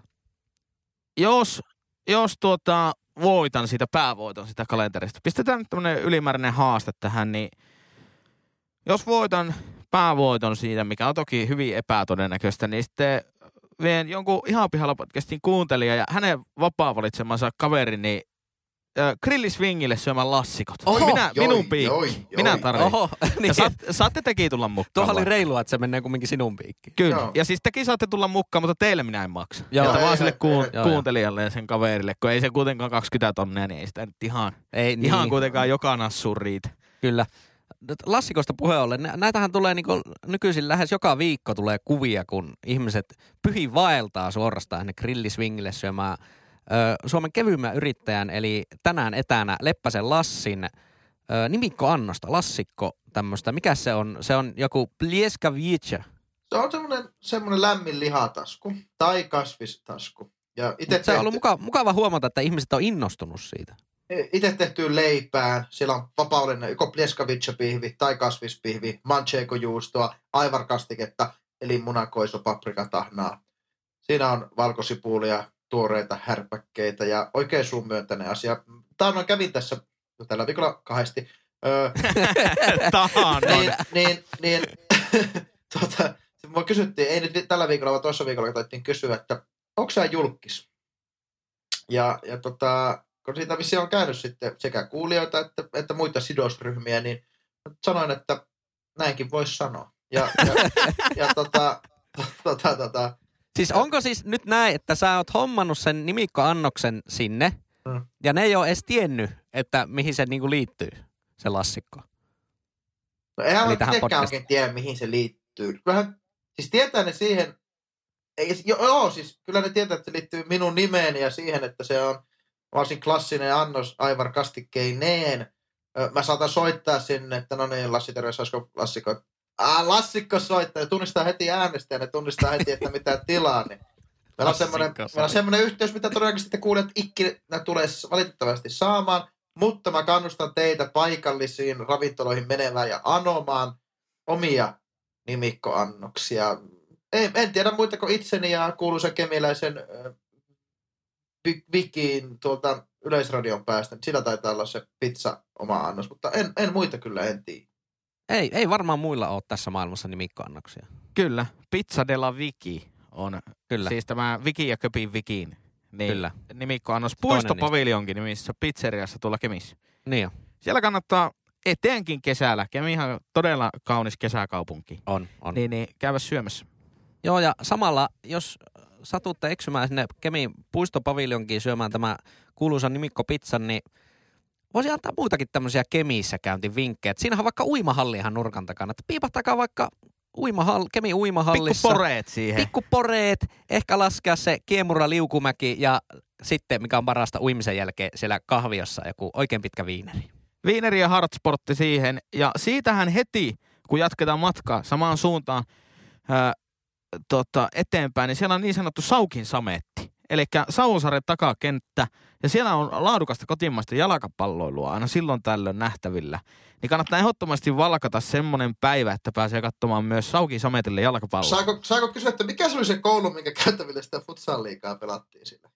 B: Jos voitan sitä päävoiton sitä kalenterista. Pistetään nyt tämmönen ylimääräinen haaste tähän, niin jos voitan päävoiton siitä, mikä on toki hyvin epätodennäköistä, niin sitten vien jonkun Ihan pihalla podcastin kuuntelija ja hänen vapaa valitsemansa kaverin niin grillisvingille syömään lassikot.
A: Oho,
B: Minun piikki. Minä tarvitsen.
A: Oho, niin.
B: Ja saatte tekin tulla mukaan.
A: Tuohan oli reilua, että se menee kumminkin sinun piikkiin.
B: Kyllä.
C: Joo.
B: Ja siis tekin saatte tulla mukaan, mutta teille minä en maksa.
A: Joo.
B: Että vaan
C: Ei,
B: sille
C: ei.
B: kuuntelijalle ja sen kaverille, kun ei se kuitenkaan 20 tonnia, niin ei sitä nyt ihan
A: Niin.
B: kuitenkaan joka nassuun riitä.
A: Kyllä. Lassikosta puheen ollen, näitähän tulee niinku nykyisin lähes joka viikko tulee kuvia, kun ihmiset pyhin vaeltaa suorastaan sinne grillisvingille syömään Suomen kevyimmän yrittäjän, eli tänään etänä Leppäsen Lassin nimikkoannosta, lassikko tämmöistä. Mikä se on? Se on joku plieskavice.
C: Se on semmoinen lämmin lihatasku tai kasvistasku. Ja
A: Se on ollut mukava huomata, että ihmiset on innostunut siitä.
C: Itse tehtyyn leipään. Siellä on vapaudellinen joko plieskavice-pihvi tai kasvispihvi, manchego-juustoa, aivarkastiketta, eli munakoiso, paprikatahnaa. Siinä on valkosipulia, tuoreita härpäkkeitä ja oikein suun myöntäinen asia. Taannoin kävin tässä tällä viikolla kahdesti. Mua kysyttiin, ei nyt tällä viikolla, vaan toisessa viikolla taittiin kysyä, että onko sä julkkis? Ja kun siitä vissiin on käynyt sitten sekä kuulijoita että muita sidosryhmiä, niin sanoin, että näinkin voisi sanoa.
A: Siis onko siis nyt näin, että sä oot hommannut sen nimikkoannoksen sinne, ja ne ei ole edes tiennyt, että mihin se niinku liittyy, se lassikko?
C: No eihän
A: Eli
C: mä mitenkään oikein tiedä, mihin se liittyy. Kyllähän, siis tietää ne siihen, siis kyllä ne tietää, että se liittyy minun nimeeni ja siihen, että se on varsin klassinen annos aivarkastikkeineen. Mä saatan soittaa sinne, että no niin, Lassi, terveys, olisiko lassikko? Lassikko soittaa, ja tunnistaa heti äänestä ja ne tunnistaa heti, että mitä tilaa. Niin. Meillä on semmoinen yhteys, mitä todennäköisesti kuulijat ikinä tulee valitettavasti saamaan, mutta mä kannustan teitä paikallisiin ravintoloihin menevään ja anomaan omia nimikkoannoksia. En tiedä muita kuin itseni ja kuuluisen kemiläisen Vikiin tuolta Yleisradion päästä. Sillä taitaa olla se pizza oma annos, mutta en muita kyllä en tiedä.
A: Ei varmaan muilla ole tässä maailmassa nimikkoannoksia.
B: Kyllä. Pizza della Viki on
A: Kyllä.
B: siis tämä Viki ja Köpin Vikin. Niin
A: Kyllä.
B: Nimikkoannos Puistopaviljonkin nimissä pizzeriassa tuolla Kemissä.
A: Niin
B: Siellä kannattaa etenkin kesällä. Kemihan on todella kaunis kesäkaupunki.
A: on.
B: Niin käydä syömässä.
A: Joo, ja samalla, jos satutte eksymään sinne Kemin puistopaviljonkiin syömään tämä kuuluisan nimikkopizzan, niin voisi antaa muitakin tämmöisiä Kemissä käyntivinkkejä. Siinähän on vaikka uimahalli ihan nurkan takana. Että piipahtakaa vaikka Kemin uimahallissa.
B: Pikkuporeet siihen.
A: Pikkuporeet, ehkä laskea se Kiemura liukumäki ja sitten, mikä on parasta uimisen jälkeen, siellä kahviossa joku oikein pitkä viineri.
B: Viineri ja hardsportti siihen. Ja siitähän heti, kun jatketaan matkaa samaan suuntaan eteenpäin, niin siellä on niin sanottu Saukin sametti. Eli Savonsaaren takakenttä. Ja siellä on laadukasta kotimaista jalkapalloilua aina silloin tällöin nähtävillä. Niin kannattaa ehdottomasti valkata semmoinen päivä, että pääsee katsomaan myös Saukin sametille jalkapalloa.
C: Saako kysyä, että mikä se oli se koulu, minkä käyttäville sitä futsal-liigaa pelattiin siinä?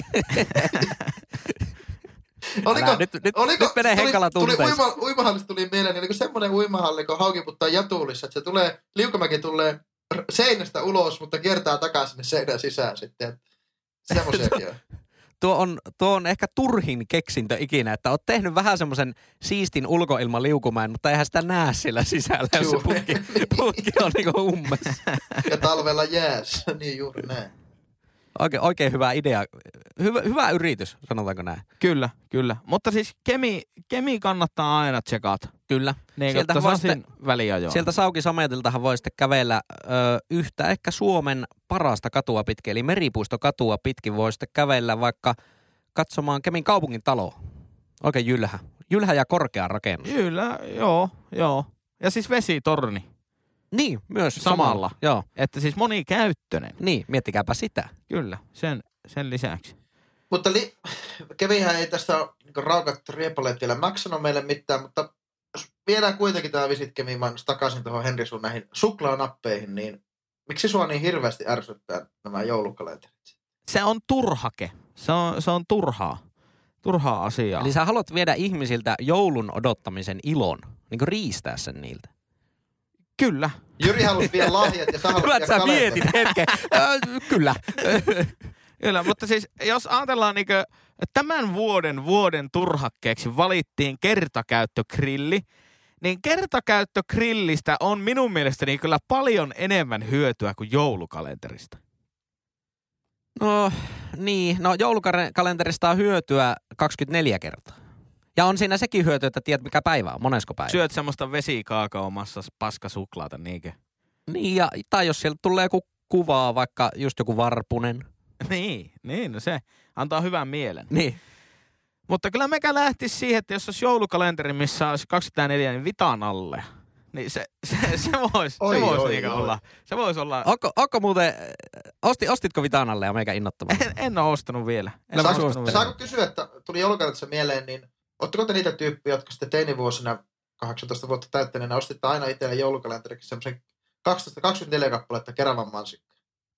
A: Nyt menee Henkala tunteissa.
C: Uimahallista tuli mieleen, niin oliko semmoinen uimahalli, kun Haukiputtaa Jatulissa, että se tulee, liukumäki tulee seinästä ulos, mutta kiertää takaisin sinne seinän sisään sitten. Semmoisiakin on.
A: Tuo on ehkä turhin keksintö ikinä, että oot tehnyt vähän semmoisen siistin ulkoilmaliukumäen, mutta eihän sitä näe siellä sisällä, jos se putki on niinku ummessa.
C: Ja talvella jääs, niin juuri näin.
A: Oikein hyvä idea. Hyvä yritys, sanotaanko näin.
B: Kyllä. Mutta siis Kemi kannattaa aina tsekata.
A: Kyllä.
B: Niin, sieltä
A: Saukin sametiltahan voi sitten kävellä yhtä ehkä Suomen parasta katua pitkin, eli Meripuistokatua pitkin voi sitten kävellä vaikka katsomaan Kemin kaupungin taloa. Oikein jylhä ja korkea rakennus.
B: Kyllä, joo. Ja siis vesitorni.
A: Niin, myös
B: samalla.
A: Joo.
B: Että siis monikäyttöinen.
A: Niin, miettikääpä sitä.
B: Kyllä, sen lisäksi.
C: Mutta Kevinhän ei tästä ole niin raukattu riepaleet vielä maksanut meille mitään, mutta jos viedään kuitenkin tämä Visit Kemiin mainos takaisin tuohon Henri sun näihin suklaanappeihin, niin miksi sua niin hirveästi ärsyttää nämä joulukalenterit?
B: Se on turhake. Se on turhaa asiaa.
A: Eli sä haluat viedä ihmisiltä joulun odottamisen ilon, niin kuin riistää sen niiltä.
B: Kyllä.
C: Jyri halusi vielä lahjat ja sä haluat
A: hyvä, että sä mietit hetken. Kyllä.
B: Kyllä, mutta siis jos ajatellaan tämän vuoden turhakkeeksi valittiin kertakäyttögrilli, niin kertakäyttögrillistä on minun mielestäni kyllä paljon enemmän hyötyä kuin joulukalenterista.
A: No niin, joulukalenterista on hyötyä 24 kertaa. Ja on siinä sekin hyöty, että tiedät mikä päivä on, monesko päivä.
B: Syöt semmoista vesikaakaomassa paskasuklaata, niinkö?
A: Niin, tai jos sieltä tulee joku kuvaa, vaikka just joku varpunen.
B: Niin, no se antaa hyvän mielen.
A: Niin.
B: Mutta kyllä mekä lähtisi siihen, että jos olisi joulukalenteri, missä olisi 24, niin vitan alle. Niin se voisi olla. Se voisi olla.
A: Onko muuten, ostitko vitan alle ja meikä innottamaan?
B: En ole ostanut vielä.
C: Saanko kysyä, että tuli joulukalenterissa mieleen, niin ootteko te niitä tyyppiä, jotka sitten teinivuosina 18 vuotta täyttäneenä ostitte aina itselle joulukalenterikin semmoisen 24 kappaletta Keravan mansikkaa?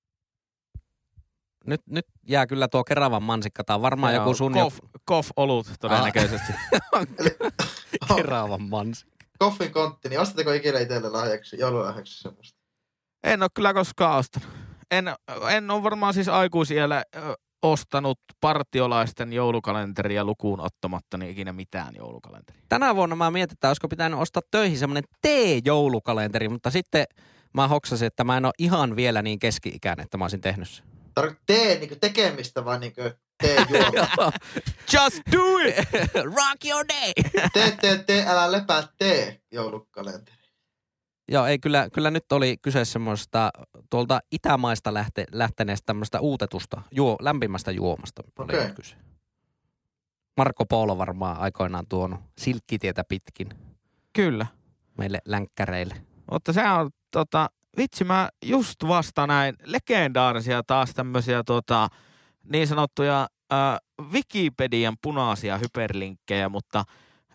A: Nyt jää kyllä tuo Keravan mansikka. Tää on varmaan joku sun...
B: Koff-olut todennäköisesti.
A: Keravan mansikka.
C: Koffin kontti, niin ostateko ikinä itselle joululahjaksi semmoista?
B: En ole kyllä koskaan ostanut. En ole varmaan siis aikuisiellä ostanut partiolaisten joulukalenteria lukuun ottamatta niin ikinä mitään joulukalenteria.
A: Tänä vuonna mä mietin, että olisiko pitänyt ostaa töihin semmoinen T-joulukalenteri, mutta sitten mä hoksasin, että mä en ole ihan vielä niin keski-ikäinen, että mä olisin tehnyt sen.
C: Tee niinku tekemistä vai niinku tee-juomaa?
B: Just do it!
A: Rock your day!
C: Tee, älä lepää joulukalenteri.
A: Joo, ei kyllä nyt oli kyse semmoista tuolta Itämaista lähteneestä tämmöistä uutetusta, lämpimästä juomasta.
C: Okei.
A: Oli kyse. Marco Polo varmaan aikoinaan tuonut silkkitietä pitkin.
B: Kyllä.
A: Meille länkkäreille.
B: Mutta se on vitsi, mä just vasta näin legendaarisia taas tämmöisiä niin sanottuja Wikipedian punaisia hyperlinkkejä, mutta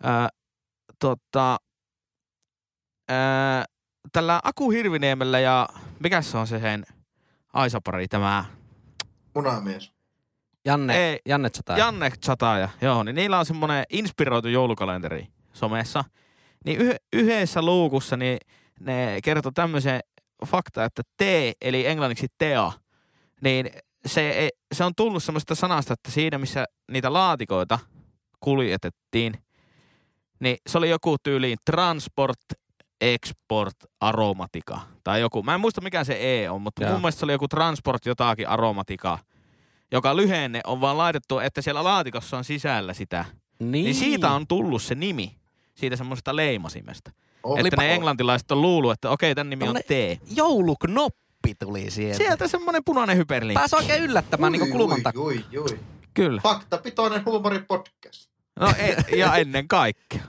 B: tällä Aku Hirviniemellä ja mikä se on se sen Aisapari tämä?
C: Punamies.
A: Janne Chataja.
B: Janne Chataja, joo, niin niillä on semmoinen inspiroitu joulukalenteri somessa. Niin yhdessä luukussa niin ne kertoo tämmöisen fakta, että tee, eli englanniksi tea, niin se on tullut semmoista sanasta, että siinä missä niitä laatikoita kuljetettiin, niin se oli joku tyyliin transport, export, aromatika tai joku. Mä en muista mikä se E on, mutta mun mielestä se oli joku transport jotakin aromatika, joka lyhenne on vaan laitettu, että siellä laatikossa on sisällä sitä. Niin siitä on tullut se nimi, siitä semmoisesta leimasimesta. Että ne englantilaiset on luullut, että okei, tämän nimi on tee.
A: Jouluknoppi tuli sieltä.
B: Sieltä semmoinen punainen hyperlinkki.
A: Pääsi oikein yllättämään niin kuin kulman takia.
B: Kyllä.
C: Faktapitoinen huumoripodcast.
B: No ja ennen kaikkea.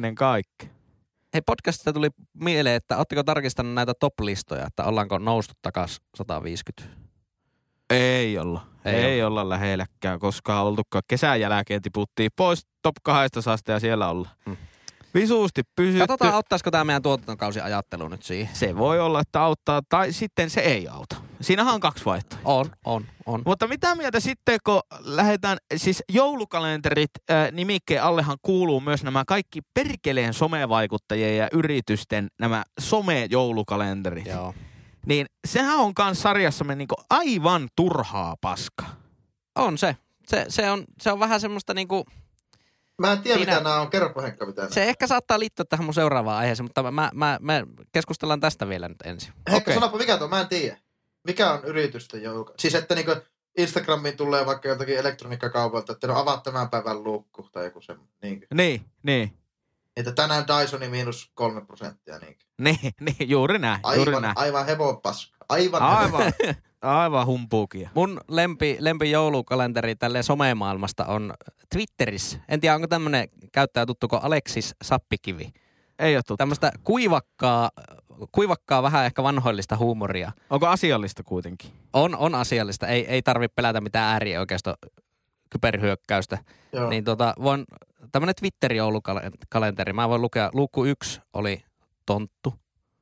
A: Hei, podcastista tuli mieleen, että ootteko tarkistanut näitä top-listoja, että ollaanko noustu takas 150?
B: Ei olla lähelläkään, koska oltukaan kesän jälkeen tiputtiin pois top 200 ja siellä ollaan. Visuusti pysytty.
A: Katsotaan, auttaisiko tämä meidän tuotantokausi ajattelu nyt siihen.
B: Se voi olla, että auttaa, tai sitten se ei auta. Siinähän on 2 vaihtoehtoa.
A: On.
B: Mutta mitä mieltä sitten, kun lähdetään, siis joulukalenterit nimikkeen allehan kuuluu myös nämä kaikki perkeleen somevaikuttajien ja yritysten nämä some-joulukalenterit.
A: Joo.
B: Niin sehän on kans sarjassamme niinku aivan turhaa paskaa.
A: On se. Se on vähän semmoista niinku...
C: Mä en tiedä, mitä nämä on. Kerropa Henkka, mitä
A: se ehkä saattaa liittyä tähän mun seuraavaan aiheeseen, mutta me keskustellaan tästä vielä nyt ensin.
C: Henkka, sanoppa mikä tuo, mä en tiedä. Mikä on yritysten joulukalenteri? Siis että niinku Instagramiin tulee vaikka jotakin elektroniikkakaupalta, että no avaat tämän päivän luukku tai joku semmoinen.
B: Niin.
C: Että tänään Dysoni -3%.
B: Niin, juuri näin.
C: Aivan hevonpaska.
B: Aivan humpuukia.
A: Mun lempi joulukalenteri tälleen somemaailmasta on Twitterissä. En tiedä, onko tämmönen käyttäjä tuttu kuin Aleksis Sappikivi.
B: Ei ole tuttu.
A: Tämmöistä kuivakkaa vähän ehkä vanhoillista huumoria.
B: Onko asiallista kuitenkin?
A: On asiallista. Ei tarvitse pelätä mitään äärioikeisto kyberhyökkäystä.
C: Joo.
A: Niin voin, tämmönen Twitter-joulukalenteri. Mä voin lukea, luukku 1 oli tonttu.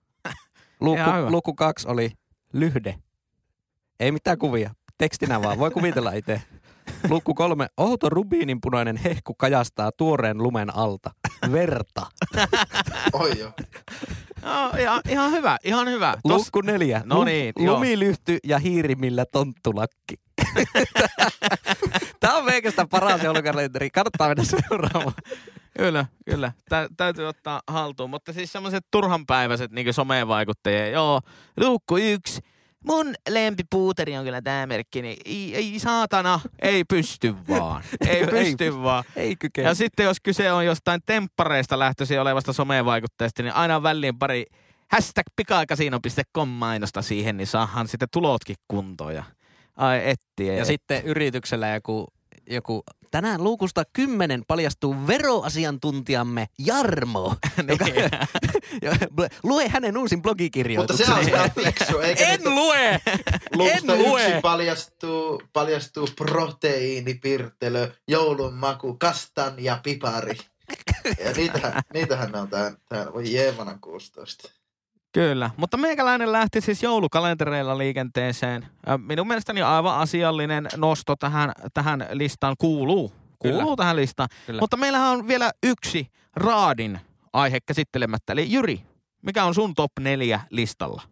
A: Luukku 2 oli lyhde. Ei mitään kuvia. Tekstinä vaan. Voi kuvitella itse. Luukku 3. Outo rubiininpunainen hehku kajastaa tuoreen lumen alta. Verta.
C: Oi joo.
B: No, ihan hyvä.
A: Luukku 4.
B: No niin,
A: Lumilyhty ja hiirimillä tonttulakki. Tää on meikästä paras joulukalenteri. Kannattaa mennä seuraamaan.
B: Kyllä. Täytyy ottaa haltuun. Mutta siis semmoiset turhanpäiväiset niin somevaikuttajia. Joo, luukku 1. Mun lempipuuteri on kyllä tää merkki. Niin ei saatana, ei pysty vaan. Ei pysty vaan.
A: Ei kykene.
B: Ja sitten jos kyse on jostain temppareista lähtöisin olevasta somevaikuttajasta, niin aina väliin pari #pikakasino.com mainosta siihen, niin saahan sitten tulotkin kuntoon. Ja ai ettiä.
A: Ja sitten yrityksellä joku tänään luukusta 10 paljastuu veroasiantuntijamme Jarmo, joka lue hänen uusin
C: Mutta
A: blogikirjoituksen.
C: se on ihan fiksu, eikä
B: En lue!
C: luukusta 1 paljastuu proteiinipirtelö, joulun maku, kastanja, pipari. Ja niitähän on tää voi jeevanan 16.
B: Kyllä, mutta meikäläinen lähti siis joulukalentereilla liikenteeseen. Minun mielestäni aivan asiallinen nosto tähän listaan kuuluu tähän listaan.
A: Kyllä.
B: Mutta meillähän on vielä yksi raadin aihe käsittelemättä. Eli Jyri, mikä on sun top 4 listalla?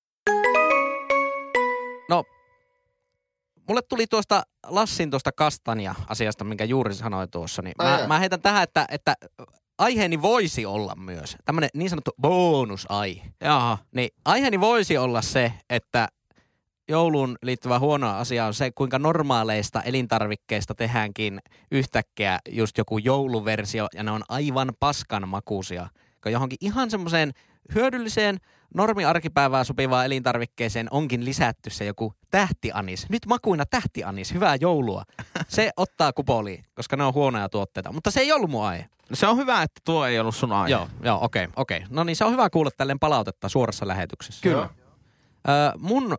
A: No, mulle tuli tuosta Lassin tuosta kastanja-asiasta, minkä juuri sanoi tuossa. Niin mä heitän tähän, että aiheeni voisi olla myös tämmöinen niin sanottu bonusaihe.
B: Jaha.
A: Niin aiheeni voisi olla se, että jouluun liittyvä huono asia on se, kuinka normaaleista elintarvikkeista tehdäänkin yhtäkkiä just joku jouluversio, ja ne on aivan paskan makuisia. Kun johonkin ihan semmoiseen hyödylliseen normiarkipäivää sopivaan elintarvikkeeseen onkin lisätty se joku tähtianis. Nyt makuina tähtianis, hyvää joulua. Se ottaa kupoliin, koska ne on huonoja tuotteita. Mutta se ei ollut mun aihe.
B: Se on hyvä, että tuo ei ollut sun aihe.
A: Joo, okei. No niin, se on hyvä kuulla tälleen palautetta suorassa lähetyksessä.
B: Kyllä.
A: Mun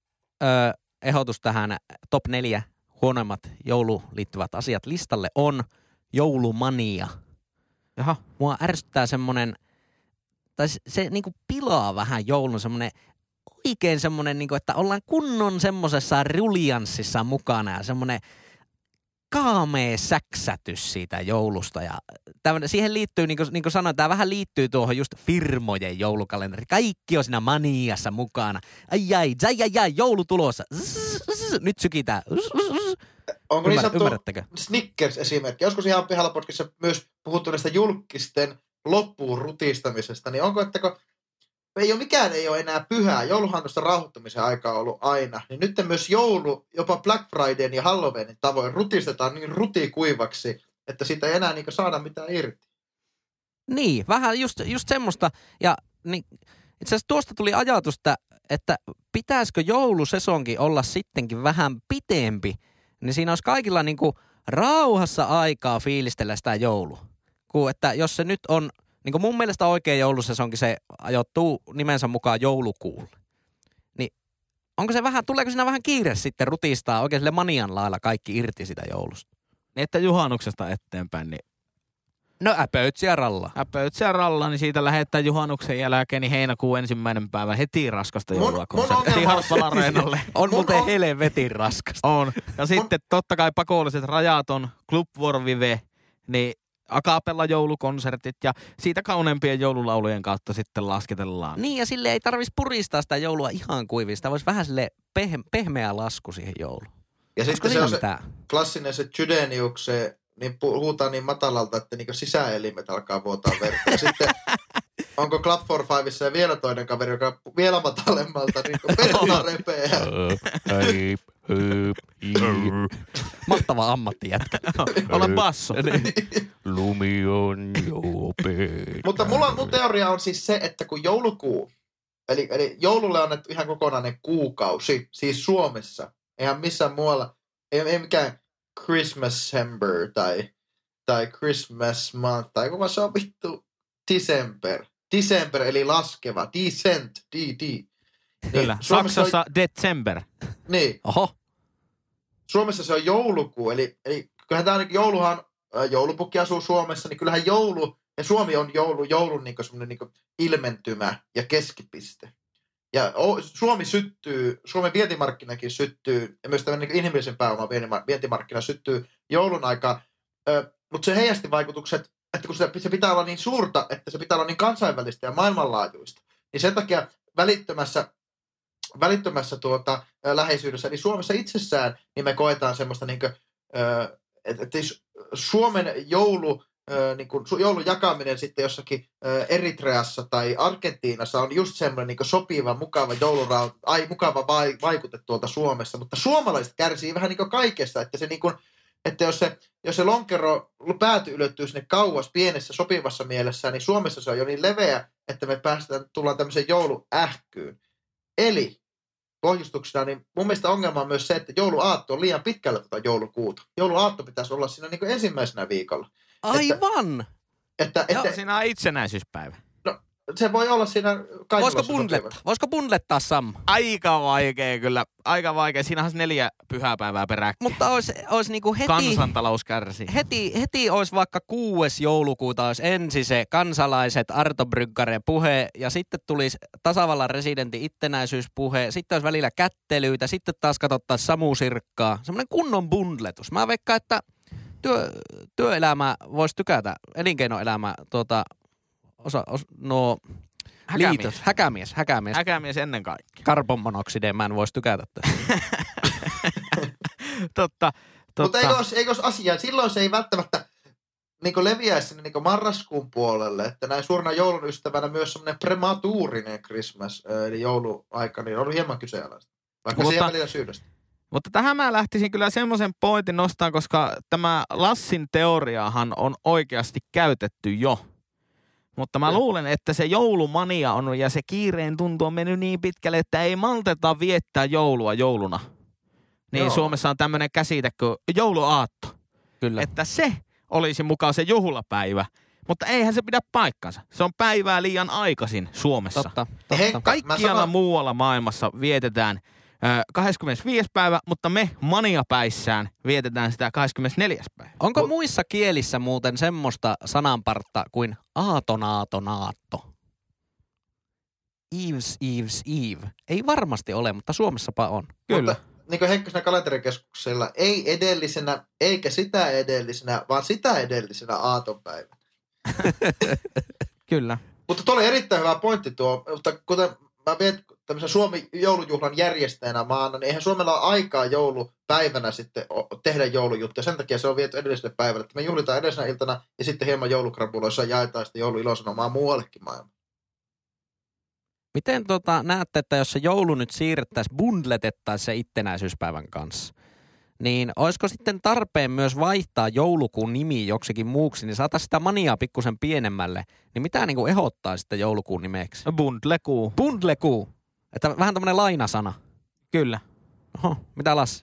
A: ehdotus tähän top 4 huonoimmat jouluun liittyvät asiat listalle on joulumania.
B: Jaha.
A: Mua ärsyttää semmonen, tai se niinku pilaa vähän joulun semmonen, oikein semmonen niinku, että ollaan kunnon semmosessa ruljanssissa mukana ja semmonen kaamea säksätys siitä joulusta. Ja siihen liittyy, niin kuin sanoin, tämä vähän liittyy tuohon just firmojen joulukalenteri. Kaikki on siinä maniassa mukana. Ai, joulu tulossa. Nyt sykitään.
C: Onko niin sanottu
A: ymmärrättekö?
C: Snickers-esimerkki? Joskus ihan pihalla podcastissa myös puhuttu näistä julkisten loppuun rutistamisesta, niin onko, että kun mikään ei ole enää pyhää, jouluhan tuosta rauhoittumisen aikaa ollut aina, niin nyt myös joulu, jopa Black Fridayn ja Halloweenin tavoin rutistetaan niin rutikuivaksi, että siitä ei enää niin saada mitään irti.
A: Niin, vähän just semmoista. Ja niin, itse asiassa tuosta tuli ajatus, että pitäisikö joulusesonkin olla sittenkin vähän pitempi, niin siinä olisi kaikilla niinku rauhassa aikaa fiilistellä sitä joulua. Että jos se nyt on, niin kuin mun mielestä oikea joulusesonkin, se ajoittuu nimensä mukaan joulukuulle. Niin onko se vähän, tuleeko siinä vähän kiire sitten rutistaa oikein sille manian lailla kaikki irti sitä joulusta?
B: Niin, että juhannuksesta eteenpäin, niin
A: no äpöytsiä ralla.
B: Niin siitä lähdetään juhannuksen jälkeen, niin heinäkuun 1. päivä heti raskasta joulua konsertti Hartwall-areenalle.
A: On muuten helvetin raskasta.
B: On. Ja sitten totta kai pakolliset rajat on Club Vorvive, niin a cappella joulukonsertit ja siitä kauneimpien joululaulujen kautta sitten lasketellaan.
A: Niin, ja sille ei tarvitsisi puristaa sitä joulua ihan kuivista. Voisi vähän sille pehmeä lasku siihen jouluun.
C: Ja sitten se on se klassinen se Chydenius, niin puhutaan niin matalalta, että niin sisäelimet alkaa vuotaa verta. Ja sitten onko Club 45 ja vielä toinen kaveri, joka on vielä matalemmalta, niin peruna repeää.
A: Mahtava ammattijätkä.
B: Olla basso.
A: Lumi on
C: Mutta mun teoria on siis se, että kun joulukuu, eli joululle on annettu ihan kokonainen kuukausi, siis Suomessa, eihän missään muualla, ei mikään Christmas-sember tai Christmas month, tai kuka se on vittu December, eli laskeva, decent,
B: Kyllä, Saksassa December.
C: Niin.
A: Oho.
C: Suomessa se on joulukuu, eli kyllähän tämä jouluhan, joulupukki asuu Suomessa, niin kyllähän joulu, ja Suomi on joulun niin semmoinen niin ilmentymä ja keskipiste. Ja Suomen vientimarkkinakin syttyy, ja myös tämmöinen inhimillisen pääoman vientimarkkina syttyy joulun aikaan, mutta se heijasti vaikutukset, että kun se pitää olla niin suurta, että se pitää olla niin kansainvälistä ja maailmanlaajuista, niin sen takia välittömässä läheisyydessä, eli Suomessa itsessään, niin me koetaan semmoista niin että Suomen joulun jakaminen sitten jossakin Eritreassa tai Argentiinassa on just semmoinen niin sopiva, mukava mukava vaikute tuolta Suomessa, mutta suomalaiset kärsii vähän niin kuin kaikessa, että se niin kuin, että jos se lonkero pääty ylöttyy sinne kauas pienessä sopivassa mielessä, niin Suomessa se on jo niin leveä, että me tullaan tämmöiseen jouluähkyyn. Eli pohjustuksena, niin mun mielestä ongelma on myös se, että jouluaatto on liian pitkällä joulukuuta. Jouluaatto pitäisi olla siinä niin kuin ensimmäisenä viikolla.
A: Aivan!
B: Joo, siinä on itsenäisyyspäivä.
C: No, se voi olla siinä
A: Voisiko bundlettaa, Sam?
B: Aika vaikea kyllä. Aika vaikea. Siinähän on 4 pyhäpäivää peräkkäin.
A: Mutta olisi niinku heti...
B: Kansantalous kärsii.
A: Heti olisi vaikka 6. joulukuuta olisi ensin se kansalaiset Arto Bryggaren puhe ja sitten tulisi tasavallan residentin itsenäisyyspuhe. Sitten olisi välillä kättelyitä, sitten taas katsottaisiin Samu Sirkkaa. Semmoinen kunnon bundletus. Mä veikkaan, että työelämä voisi tykätä, elinkeinoelämä, liitos. Häkämies.
B: Häkämies ennen kaikkea.
A: Karbonmonoksideen mä en voisi tykätä tästä.
B: Totta.
C: Mutta eikö olisi asiaa, silloin se ei välttämättä niin leviäisi sinne niin marraskuun puolelle, että näin suurena joulun ystävänä myös semmoinen prematuurinen Christmas, eli jouluaika, niin on ollut hieman kyseenalaista. Vaikka siihen välillä syydästä.
B: Mutta tähän mä lähtisin kyllä semmoisen pointin nostaa, koska tämä Lassin teoriahan on oikeasti käytetty jo. Mutta mä luulen, että se joulumania on ja se kiireen tuntu on mennyt niin pitkälle, että ei malteta viettää joulua jouluna. Niin joo. Suomessa on tämmöinen käsite kuin jouluaatto.
A: Kyllä.
B: Että se olisi mukaan se juhlapäivä. Mutta eihän se pidä paikkansa. Se on päivää liian aikaisin Suomessa.
A: Totta.
B: Kaikkialla muualla maailmassa vietetään 25. päivä, mutta me maniapäissään vietetään sitä 24. päivä.
A: Onko muissa kielissä muuten semmoista sananpartta kuin aatonaatonaatto? Eves, Eve. Ei varmasti ole, mutta Suomessapa on.
B: Kyllä.
C: Mutta niin kuin Henkkösenä kalenterikeskuksella, ei edellisenä, eikä sitä edellisenä, vaan sitä edellisenä aatonpäivänä.
B: Kyllä.
C: Mutta tuo oli erittäin hyvä pointti tuo, mutta kuten mä vien tämmöisen Suomen joulujuhlan järjestäjänä maana, niin eihän Suomella ole aikaa joulupäivänä sitten tehdä joulujuttuja. Sen takia se on viety edelliselle päivälle, että me juhlitaan edellisenä iltana ja sitten hieman joulukrapuloissa jaetaan sitä jouluilosanomaa muuallekin maailmaan.
A: Miten näette, että jos se joulu nyt siirrettäisiin, bundletettaisiin se itsenäisyyspäivän kanssa, niin olisiko sitten tarpeen myös vaihtaa joulukuun nimi joksikin muuksi, niin saataisiin sitä maniaa pikkusen pienemmälle, niin mitä niin kuin ehdottaa sitten joulukuun nimeksi?
B: Bundlekuu.
A: Bundlekuu. Että vähän tämmöinen lainasana.
B: Kyllä.
A: Oho, mitä Lassi?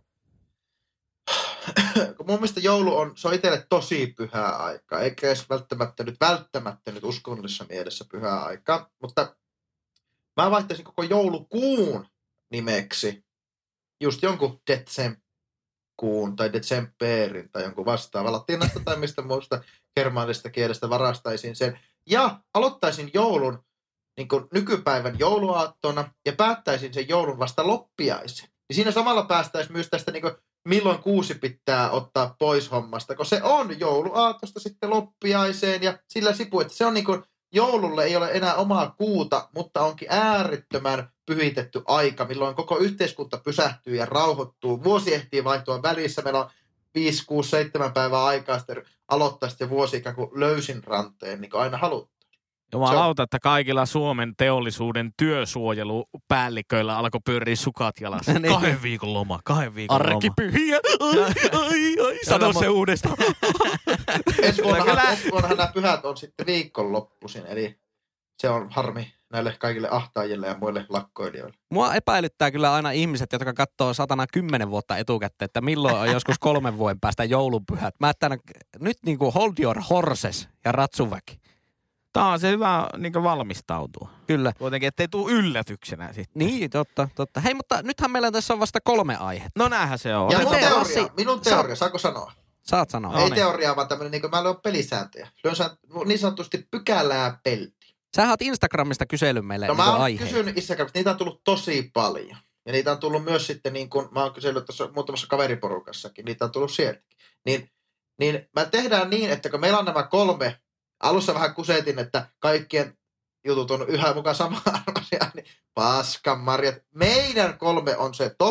C: Mun mielestä joulu on, se on itselle tosi pyhää aikaa, eikä edes välttämättä nyt uskonnollisessa mielessä pyhää aikaa, mutta mä vaihtaisin koko joulukuun nimeksi just jonkun Decemberkuun tai Decemberin tai jonkun vastaavan latinasta tai mistä muusta germaanisesta kielestä varastaisin sen. Ja aloittaisin joulun niin kuin nykypäivän jouluaattona ja päättäisin sen joulun vasta loppiaisen. Ja siinä samalla päästäisiin myös tästä niin kuin milloin kuusi pitää ottaa pois hommasta, kun se on jouluaatosta sitten loppiaiseen ja sillä sipu, että se on niin kuin joululle ei ole enää omaa kuuta, mutta onkin äärettömän pyhitetty aika, milloin koko yhteiskunta pysähtyy ja rauhoittuu. Vuosi ehtii vaihtua välissä. Meillä on 5, 6, 7 päivää aikaa sitten aloittaa sitten vuosi ikään kuin löysin ranteen, niin kuin aina haluttu.
B: Jumalauta, että kaikilla Suomen teollisuuden työsuojelupäälliköillä alkoi pyöriä sukat jalassa. 2 viikon loma.
A: Arkipyhiä. Ai. Sano se uudestaan.
C: Ensi vuonnahan nämä pyhät on sitten viikonloppuisin, eli se on harmi näille kaikille ahtaajille ja muille lakkoilijoille.
A: Mua epäilyttää kyllä aina ihmiset, jotka katsoo satana 10 vuotta etukäteen, että milloin on joskus 3 vuoden päästä joulunpyhät. Mä ettän nyt niinku hold your horses ja ratsuväki.
B: Tämä on se hyvä niin valmistautua.
A: Kyllä.
B: Kuitenkin, ettei tule yllätyksenä sitten.
A: Niin, totta. Hei, mutta nythän meillä tässä on vasta 3 aihetta.
B: No näähän se on.
C: Ja minun teoria, saako sanoa?
A: Saat sanoa.
C: Ei teoriaa, vaan tämmöinen, niin kuin mä lyön pelisääntöjä. Lyön niin sanotusti pykälää peltiin.
A: Sähän oot Instagramista kysellyt meille
C: mä oon
A: aiheita.
C: kysynyt Instagramista, niitä on tullut tosi paljon. Ja niitä on tullut myös sitten, niin kuin mä oon kysellyt tuossa muutamassa kaveriporukassakin, niitä on tullut sieltäkin. Niin mä tehdään niin, että kun meillä on nämä 3, alussa vähän kusetin, että kaikkien jutut on yhä mukaan sama-arvoisia, niin paskan marjat. Meidän 3 on se top,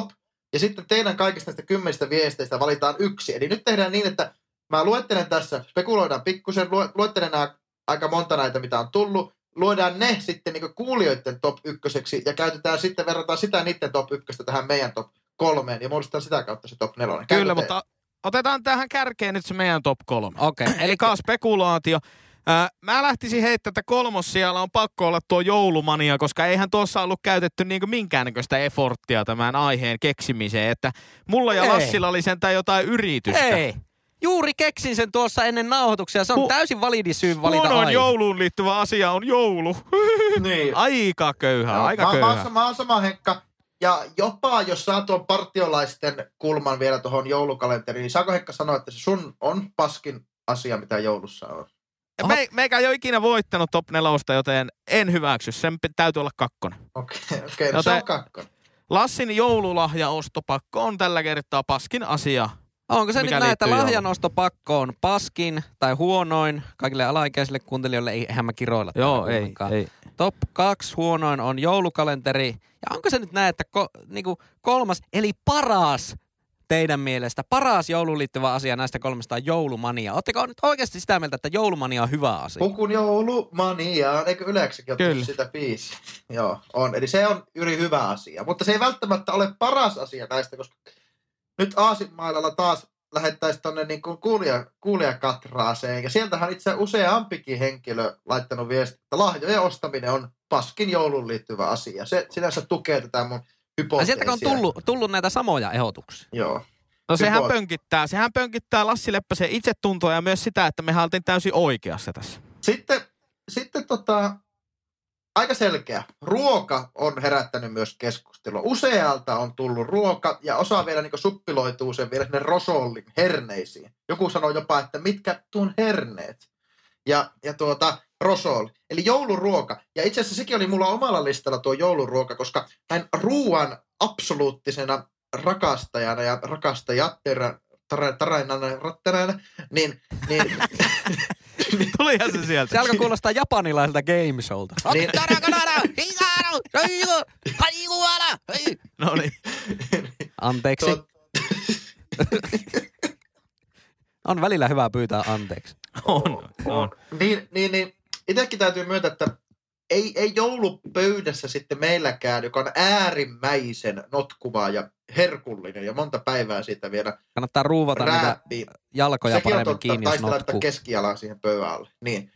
C: ja sitten teidän kaikista näistä 10 viesteistä valitaan yksi. Eli nyt tehdään niin, että mä luettelen tässä, spekuloidaan pikkusen, luettelen nämä aika monta näitä, mitä on tullut, luodaan ne sitten niin kuulijoiden top 1 ja käytetään sitten, verrataan sitä niiden top 1 tähän meidän top 3 ja muodostetaan sitä kautta se top 4.
B: Kyllä, mutta otetaan tähän kärkeen nyt se meidän top 3.
A: Okei.
B: Eli spekulaatio. Mä lähtisin heittämään, että siellä on pakko olla tuo joulumania, koska eihän tuossa ollut käytetty niinku minkäännäköistä efforttia tämän aiheen keksimiseen. Että mulla ja Lassilla oli sentään jotain yritystä.
A: Ei. Juuri keksin sen tuossa ennen nauhoituksia. Se on täysin validi syy valita
B: Huonoin
A: aihe.
B: jouluun liittyvä asia on joulu.
C: Niin.
B: Aika köyhä, aika
C: mä,
B: köyhä.
C: Mä oon sama Henkka. Ja jopa jos saa tuon partiolaisten kulman vielä tuohon joulukalenteriin, niin saako Henkka sanoa, että se sun on paskin asia, mitä joulussa on?
B: Meikä ei ole ikinä voittanut top 4, joten en hyväksy. Sen täytyy olla 2.
C: Okei, no se on 2.
B: Lassin joululahjaostopakko on tällä kertaa paskin asia.
A: Onko se nyt näin, että
B: liittyy
A: lahjanostopakko on paskin tai huonoin kaikille alaikäisille kuuntelijoille? Eihän mä kiroilla.
B: Joo, ei.
A: Top 2 huonoin on joulukalenteri. Ja onko se nyt näin, että niinku 3. eli paras teidän mielestä, paras jouluun liittyvä asia näistä 3 on joulumania? Ootteko nyt oikeasti sitä mieltä, että joulumania on hyvä asia?
C: Pukun joulumania, eikö Ylekssäkin ole sitä biisiä? Joo, on. Eli se on yli hyvä asia. Mutta se ei välttämättä ole paras asia näistä, koska nyt Aasinmailalla taas lähettäisiin tuonne niin kuulijakatraaseen. Ja sieltähän itse useampikin henkilö laittanut viestiä, että lahjojen ostaminen on paskin jouluun liittyvä asia. Se sinänsä tukee tätä mun hypoteesia.
A: Sieltäkö on tullut näitä samoja ehdotuksia?
C: Joo.
B: No sehän pönkittää Lassi Leppäsen itsetuntoa ja myös sitä, että me oltiin täysin oikeassa tässä.
C: Sitten aika selkeä. Ruoka on herättänyt myös keskustelua. Usealta on tullut ruoka ja osa vielä niin suppiloituu sen vielä sinne rosollin herneisiin. Joku sanoo jopa, että mitkä tuon herneet. Ja rosol. Eli jouluruoka. Ja itse asiassa sekin oli mulla omalla listalla tuo jouluruoka, koska näin ruuan absoluuttisena rakastajana ja rakastajatterana, niin
B: Tulihan se sieltä.
A: Se alkoi kuulostaa japanilaiselta game showlta.
C: Niin.
B: No niin.
A: Anteeksi. On välillä hyvä pyytää anteeksi.
B: On.
C: Niin. Itsekin täytyy myöntää, että ei joulupöydässä sitten meilläkään, joka on äärimmäisen notkuva ja herkullinen ja monta päivää siitä vielä
A: Kannattaa ruuvata niitä jalkoja
C: sekin
A: paremmin kiinni, jos
C: taisi laittaa
A: notkuu.
C: keskijalan siihen pöydän alle. Niin.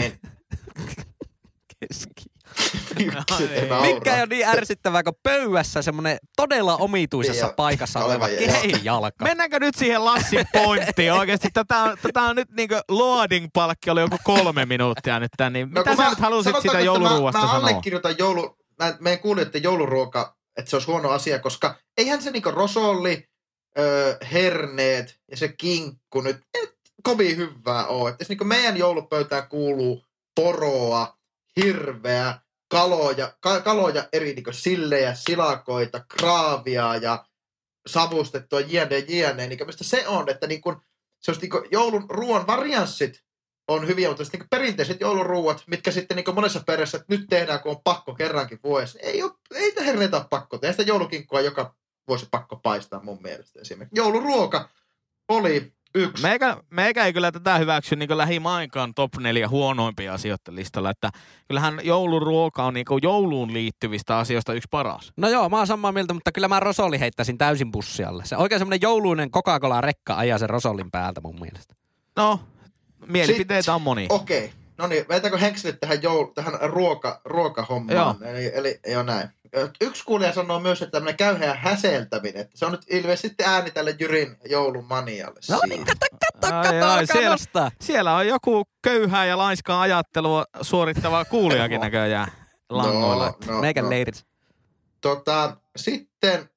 A: Mikä ei ole niin ärsyttävää, kun pöydässä semmoinen todella omituisessa paikassa oleva kehijalka.
B: Mennäänkö nyt siihen Lassin pointtiin? Oikeasti tätä on nyt niinku loading-palkki oli joku 3 minuuttia nyt. Niin mitä sä nyt halusit sitä jouluruuasta sanoa?
C: Mä allekirjoitan meidän kuulijoiden jouluruoka, että se olisi huono asia, koska eihän se niinku rosolli, herneet ja se kinkku nyt kovin hyvää ole. Että jos niinku meidän joulupöytään kuuluu poroa, hirveä, kaloja eri niin sillejä, silakoita, kraavia ja savustettua jne. Niin mistä se on, että niin kun, se olisi niin joulun ruoan varianssit on hyviä, mutta niin perinteiset jouluruuat, mitkä sitten niin monessa perheessä, että nyt tehdään, kun on pakko kerrankin vuodessa. Ei herneitä pakko tehdä. Sitä joulukinkkua joka vuosi pakko paistaa mun mielestä esimerkiksi. Jouluruoka oli 1.
B: Meikä ei kyllä tätä hyväksy niin lähimainkaan top 4 huonoimpia asioita listalla, että kyllähän jouluruoka on niin jouluun liittyvistä asioista yksi paras.
A: No joo, mä oon samaa mieltä, mutta kyllä mä rosolli heittäisin täysin bussialle. Se oikein semmoinen jouluinen Coca-Cola-rekka ajaa sen rosollin päältä mun mielestä.
B: No, mielipiteitä on moni.
C: Okei. No niin, vetääkö Henkselit tähän ruokahommaan? Eli jo näin. Yksi kuulija sanoo myös, että tämmöinen käyhä häseltäminen, että se on nyt ilmeisesti ääni tälle Jyrin joulumanialle.
A: No niin, kato, alkaa nostaa.
B: Siellä on joku köyhää ja laiskaa ajattelua suorittava kuulijakin näköjään langoilla.
A: Meikän leirit.
C: Sitten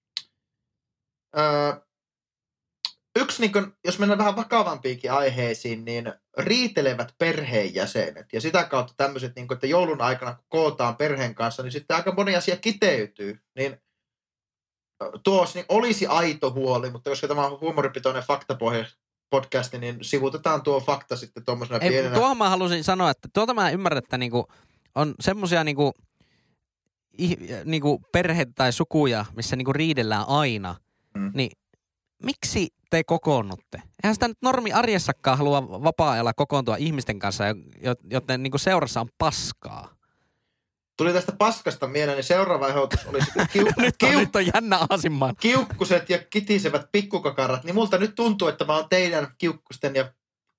C: yksi, niin kun, jos mennään vähän vakavampiinkin aiheisiin, niin riitelevät perheenjäsenet. Ja sitä kautta tämmöiset, niin kun, että joulun aikana kun kootaan perheen kanssa, niin sitten aika moni asia kiteytyy. Niin tuossa niin olisi aito huoli, mutta koska tämä on huumoripitoinen faktapohjainen podcasti, niin sivutetaan tuo fakta sitten tuommoisena pienenä.
A: Tuohon mä halusin sanoa, että mä ymmärrän, että niinku on semmoisia niinku niinku perheitä tai sukuja, missä niinku riidellään aina, niin miksi te kokoonnutte? Eihän sitä nyt normi arjessakaan halua vapaa-ajalla kokoontua ihmisten kanssa, joten niinku seurassa on paskaa.
C: Tuli tästä paskasta mieleen, niin seuraava ehdotus olisi
A: nyt on jännä aasinmaan.
C: kiukkuset ja kitisevät pikkukakarat. Niin multa nyt tuntuu, että mä oon teidän kiukkusten ja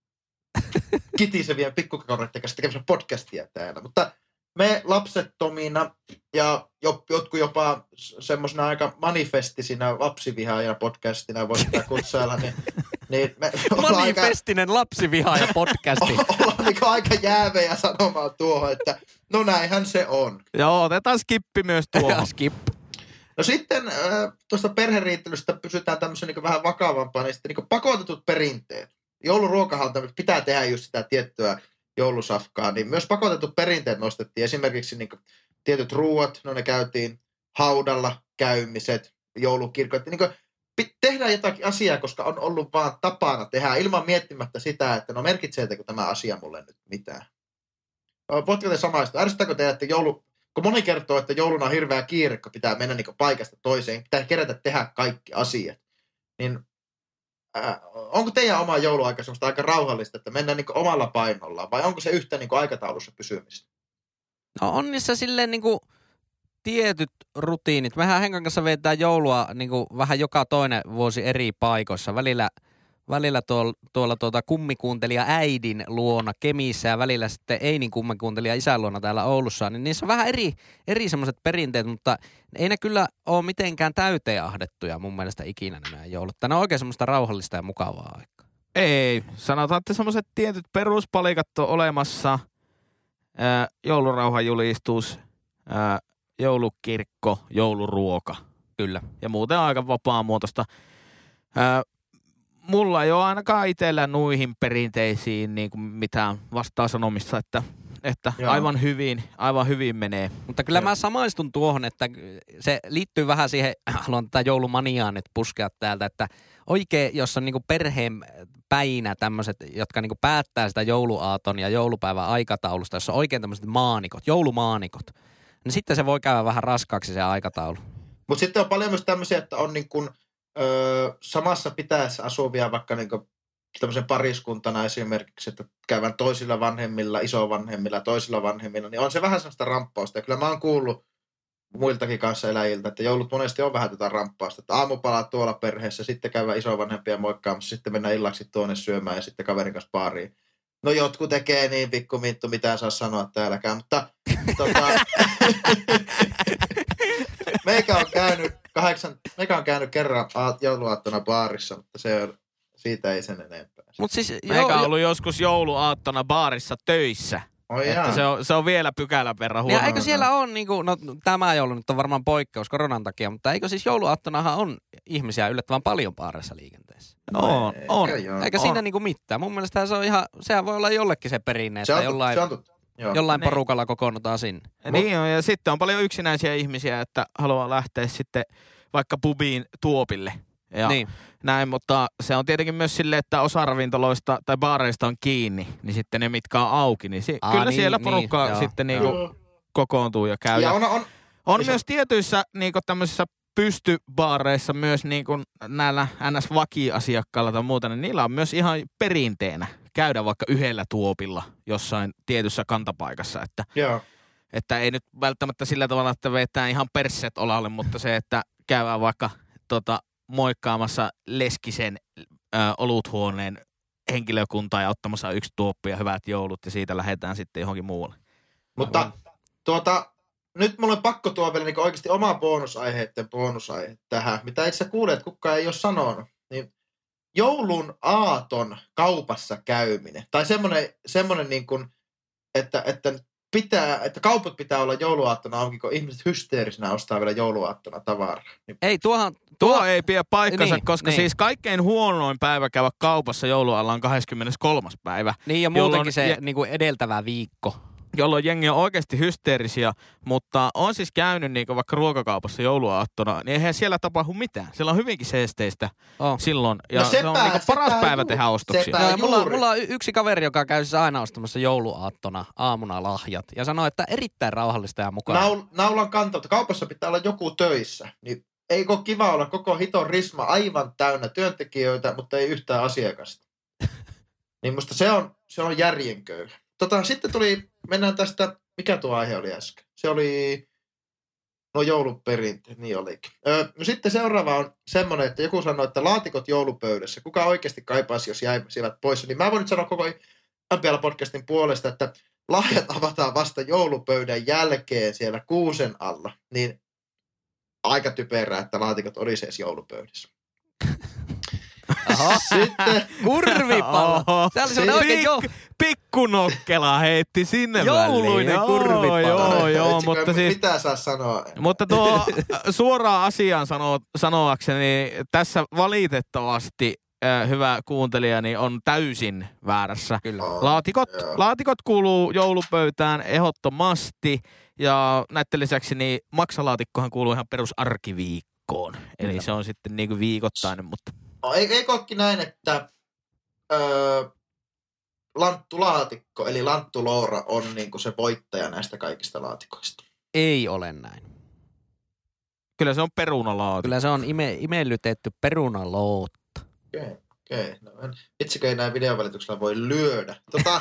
C: kitisevien pikkukakaroiden kanssa tekemässä podcastia täällä. Mutta me lapsettomina ja jotkut jopa semmoisena aika manifestisina lapsivihaajana podcastina voisi sitä kutsailla, niin me
A: manifestinen lapsivihaaja podcasti.
C: Ollaan niin aika jäävejä sanomaan tuohon, että no näinhän se on.
B: Joo, otetaan skippi myös tuohon.
A: Skip.
C: No sitten tuosta perheriittelystä pysytään tämmöisen niin vähän vakavampaa, niin sitten niin pakotetut perinteet. Jouluruokahalta pitää tehdä just sitä tiettyä joulusafkaa, niin myös pakotetut perinteet nostettiin. Esimerkiksi niin tietyt ruuat, no ne käytiin haudalla käymiset, joulukirkot. Niin tehdään jotakin asiaa, koska on ollut vaan tapana tehdä ilman miettimättä sitä, että no merkitseekö tämä asia mulle nyt mitään. Voitteko te samaista? Ärsyttääkö te, että kun moni kertoo, että jouluna on hirveä kiire, kun pitää mennä niin paikasta toiseen, pitää kerätä tehdä kaikki asiat, niin onko teidän oma jouluaika semmoista aika rauhallista, että mennään niin omalla painollaan, vai onko se yhtä niin aikataulussa pysymistä?
A: No on niissä silleen niin tietyt rutiinit. Mehän Henkan kanssa vedetään joulua niin vähän joka toinen vuosi eri paikoissa. Välillä tuolla kummikuuntelija äidin luona Kemissä ja välillä sitten Einin kummikuuntelija isän luona täällä Oulussa. Niin niissä on vähän eri semmoiset perinteet, mutta ei ne kyllä ole mitenkään täyteen ahdettuja mun mielestä ikinä ne meidän joulut. Ne on oikein semmoista rauhallista ja mukavaa aikaa.
B: Ei, sanotaan, että semmoiset tietyt peruspalikat on olemassa. Joulurauhajulistus, joulukirkko, jouluruoka.
A: Kyllä.
B: Ja muuten aika vapaamuotoista. Mulla ei ole ainakaan itsellä nuihin perinteisiin niin kuin mitään vastaasanomista, että aivan hyvin menee.
A: Mutta kyllä mä samaistun tuohon, että se liittyy vähän siihen, haluan tätä joulumaniaa nyt puskea täältä, että oikein, jos on niinku perheen päinä tämmöiset, jotka niinku päättää sitä jouluaaton ja joulupäivän aikataulusta, jos on oikein tämmöiset maanikot, joulumaanikot, niin sitten se voi käydä vähän raskaaksi se aikataulu.
C: Mutta sitten on paljon myös tämmöisiä, että on niin kuin samassa pitäessä asuvia vaikka niin kuin tämmöisen pariskuntana esimerkiksi, että käyvän toisilla vanhemmilla, isovanhemmilla, toisilla vanhemmilla, niin on se vähän sellaista ramppausta. Ja kyllä mä oon kuullut muiltakin kanssa eläjiltä, että joulut monesti on vähän tätä ramppausta, että aamupalaa tuolla perheessä, sitten käydään isovanhempia moikkaamassa, sitten mennään illaksi tuonne syömään ja sitten kaverin kanssa baariin. No jotkut tekee niin pikkuminttu, mitä en saa sanoa täälläkään, mutta meikä on käynyt kerran jouluaattona baarissa, mutta siitä ei sen enempää.
B: Mut siis, meikä on ollut joskus jouluaattona baarissa töissä. Että se on vielä pykälän verran huono.
A: Ja eikö siellä ole, niinku, no tämä joulu nyt on varmaan poikkeus koronan takia, mutta eikö siis jouluaattonahan on ihmisiä yllättävän paljon baareissa liikenteessä?
B: On.
A: Eikä siinä niinku mitään. Mun mielestä se on ihan, sehän voi olla jollekin se perinne, että jollain porukalla kokoonnutaan sinne.
B: Niin on, ja sitten on paljon yksinäisiä ihmisiä, että haluaa lähteä sitten vaikka pubiin tuopille. Ja näin, mutta se on tietenkin myös silleen, että osa ravintoloista tai baareista on kiinni, niin sitten ne, mitkä on auki, niin kyllä siellä porukkaa sitten niinku kokoontuu ja käy. Ja on myös tietyissä niinku tämmöisissä pystybaareissa myös niinku näillä NS-vakiasiakkailla tai muuta, niin niillä on myös ihan perinteenä käydä vaikka yhdellä tuopilla jossain tietyssä kantapaikassa, että ei nyt välttämättä sillä tavalla, että vetään ihan persset olalle, mutta se, että käydään vaikka moikkaamassa Leskisen oluthuoneen henkilökuntaa ja ottamassa yksi tuoppi ja hyvät joulut ja siitä lähdetään sitten johonkin muualle.
C: Mutta nyt mulla on pakko tuoda vielä niin oikeasti oma bonusaihe tähän, mitä itse kuulee, että kukaan ei ole sanonut. Niin joulun aaton kaupassa käyminen tai semmoinen niin kuin, että kaupat pitää olla jouluaattona auki, kun ihmiset hysteerisinä ostaa vielä jouluaattona tavaraa. Niin.
B: Ei, tuo ei pidä paikkansa, koska siis kaikkein huonoin päivä käydä kaupassa joulualla on 23. päivä.
A: Niin ja muutenkin se niin kuin edeltävä viikko.
B: jolloin jengi on oikeasti hysteerisiä, mutta on siis käynyt niinku vaikka ruokakaupassa jouluaattona, niin eihän siellä tapahdu mitään. Siellä on hyvinkin seesteistä silloin, ja no se on niinku paras päivä tehdä ostoksia.
A: Mulla on yksi kaveri, joka käy siis aina ostamassa jouluaattona aamuna lahjat, ja sanoo, että erittäin rauhallista ja mukaan.
C: Naulan kantalta. Kaupassa pitää olla joku töissä, niin eikö ole kiva olla koko hiton risma aivan täynnä työntekijöitä, mutta ei yhtään asiakasta. Niin musta se on järjenköyhä. Sitten mennään tästä, mikä tuo aihe oli äsken? Se oli, jouluperinteet, niin olikin. Sitten seuraava on semmoinen, että joku sanoi, että laatikot joulupöydässä. Kuka oikeasti kaipaisi, jos jäisivät pois? Niin mä voin nyt sanoa koko MPL-podcastin puolesta, että lahjat avataan vasta joulupöydän jälkeen siellä kuusen alla. Niin aika typerää, että laatikot olisi edes joulupöydässä. Sitten
A: kurvipallo. Se oli semmoinen oikein
B: pikkunokkela heitti sinne
A: jouluinen kurvipallo.
B: Joo, mutta siis
C: mitä saa sanoa?
B: Mutta tuo suoraan asiaan sanoakseni tässä valitettavasti hyvä kuuntelija niin on täysin väärässä. Kyllä. Laatikot kuuluu joulupöytään ehdottomasti ja näiden lisäksi niin maksalaatikkohan kuuluu ihan perusarkiviikkoon. Eli se on sitten niinku viikoittainen, mutta
C: eikö olekin näin, että lanttulaatikko, eli lanttuloora on niinku se voittaja näistä kaikista laatikoista?
A: Ei ole näin.
B: Kyllä se on perunalaatikko.
A: Kyllä se on imellytetty perunaloutta.
C: Okei. No, itsekö ei näin videovälityksellä voi lyödä.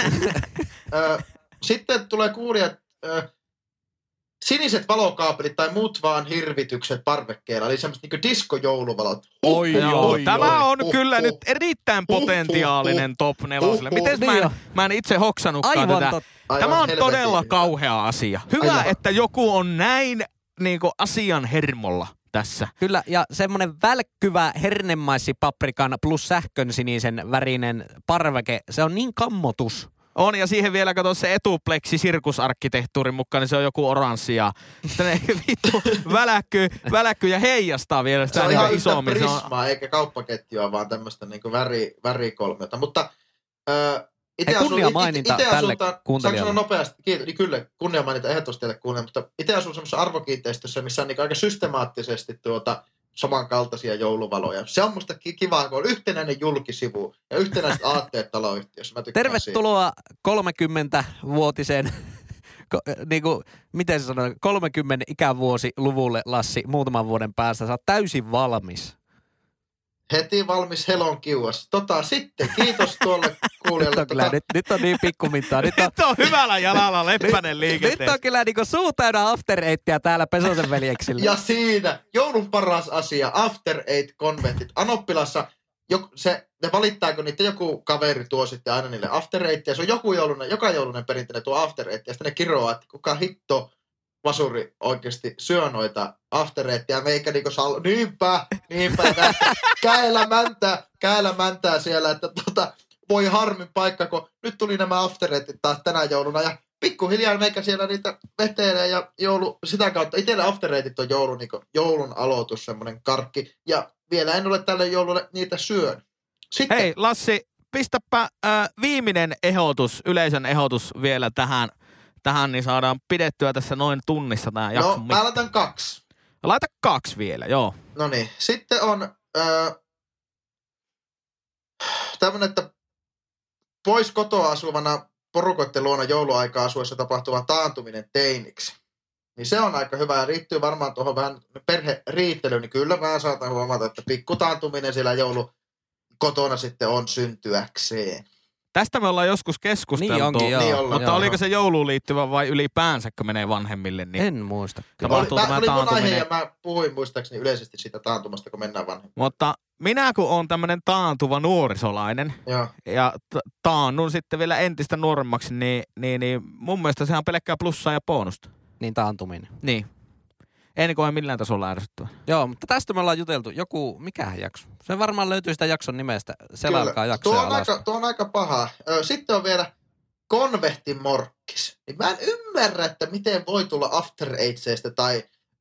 C: Sitten tulee kuulijat, siniset valokaapelit tai muut vaan hirvitykset parvekkeella, eli semmoiset niinku diskojouluvalot.
B: Tämä on kyllä nyt erittäin potentiaalinen top 4. Miten mä en itse hoksannutkaan tätä. Tämä on todella kauhea asia. Hyvä, että joku on näin niinku asian hermolla tässä.
A: Kyllä, ja semmoinen välkkyvä hernemaisipaprikan plus sähkön sinisen värinen parveke, se on niin kammotus.
B: On, ja siihen vielä kato se etupleksi sirkusarkkitehtuurin mukaan, niin se on joku oranssi ja sitten ne vittu väläkkyy ja heijastaa vielä sitä
C: niin
B: isommin.
C: Se on ihan prismaa, eikä kauppaketjua, vaan tämmöistä niin värikolmiota. Mutta
A: kunnia maininta tälle kuuntelijalle.
C: Saanko sanoa nopeasti? Kiitos. Niin kyllä, kunnia maininta ehdottomasti tälle kuuntelijalle, mutta itse asun semmoisessa arvokiinteistössä, missä on niin aika systemaattisesti samankaltaisia jouluvaloja. Se on musta kivaa, kun on yhtenäinen julkisivu ja yhtenäiset aatteet taloyhtiössä.
A: Tervetuloa 30-vuotiseen, niinku, miten se sanoo, 30 ikävuosiluvulle, Lassi, muutaman vuoden päästä. Sä oot täysin valmis.
C: Heti valmis helon kiuas. Sitten, kiitos tuolle kuulijalle.
A: Nyt on niin pikkumittaa.
B: Nyt on hyvällä jalalla leppänen liikenteessä.
A: Nyt on kyllä niinku suu täydä after eighttiä täällä Pesosen veljeksillä.
C: Ja siinä, joulun paras asia, after eight-konventit. Anoppilassa, ne valittaako niitä, joku kaveri tuo sitten aina niille after eighttiä. Se on joka joulunen perinteinen tuo after eight, ja sitten ne kiroaa, että kuka hitto vasuri oikeasti syö noita after eighttiä, meikä niinku niinpä, käällä mäntää siellä, että voi harmin paikka, kun nyt tuli nämä after eightit taas tänä jouluna, ja pikkuhiljaa meikä siellä niitä vetelee, ja sitä kautta itselle after eightit on joulun aloitus, semmoinen karkki, ja vielä en ole tälle joululle niitä syön. Sitten,
B: hei Lassi, pistäpä viimeinen yleisön ehdotus vielä tähän, niin saadaan pidettyä tässä noin tunnissa tämä jakson.
C: No, mä laitan 2.
B: Laita 2 vielä, joo.
C: No niin, sitten on tämmöinen, että pois kotoa asuvana porukoitten luona jouluaikaa asuessa tapahtuva taantuminen teiniksi. Niin se on aika hyvä ja riittyy varmaan tuohon vähän perheriittelyyn, niin kyllä mä saatan huomata, että pikkutaantuminen siellä kotona sitten on syntyäkseen.
B: Tästä me ollaan joskus keskusteltu,
A: niin onkin, joo.
B: Mutta oliko se jouluun liittyvä vai ylipäänsä, kun menee vanhemmille? Niin
A: en muista.
C: Tapahtuu tämä taantuminen. Ja mä puhuin muistaakseni yleisesti siitä taantumasta, kun mennään vanhemmille.
B: Mutta minä kun olen tämmöinen taantuva nuorisolainen ja taannun sitten vielä entistä nuoremmaksi, niin mun mielestä sehän on pelkkää plussaa ja bonusta.
A: Niin taantuminen.
B: Niin. Ei koe millään tasolla ärsyttävää.
A: Joo, mutta tästä me ollaan juteltu. Mikähän jakso? Se varmaan löytyy sitä jakson nimestä. Selaikaa jaksoja alas.
C: Tuo on aika paha. Sitten on vielä konvehtimorkkis. Niin mä en ymmärrä, että miten voi tulla after eightseistä tai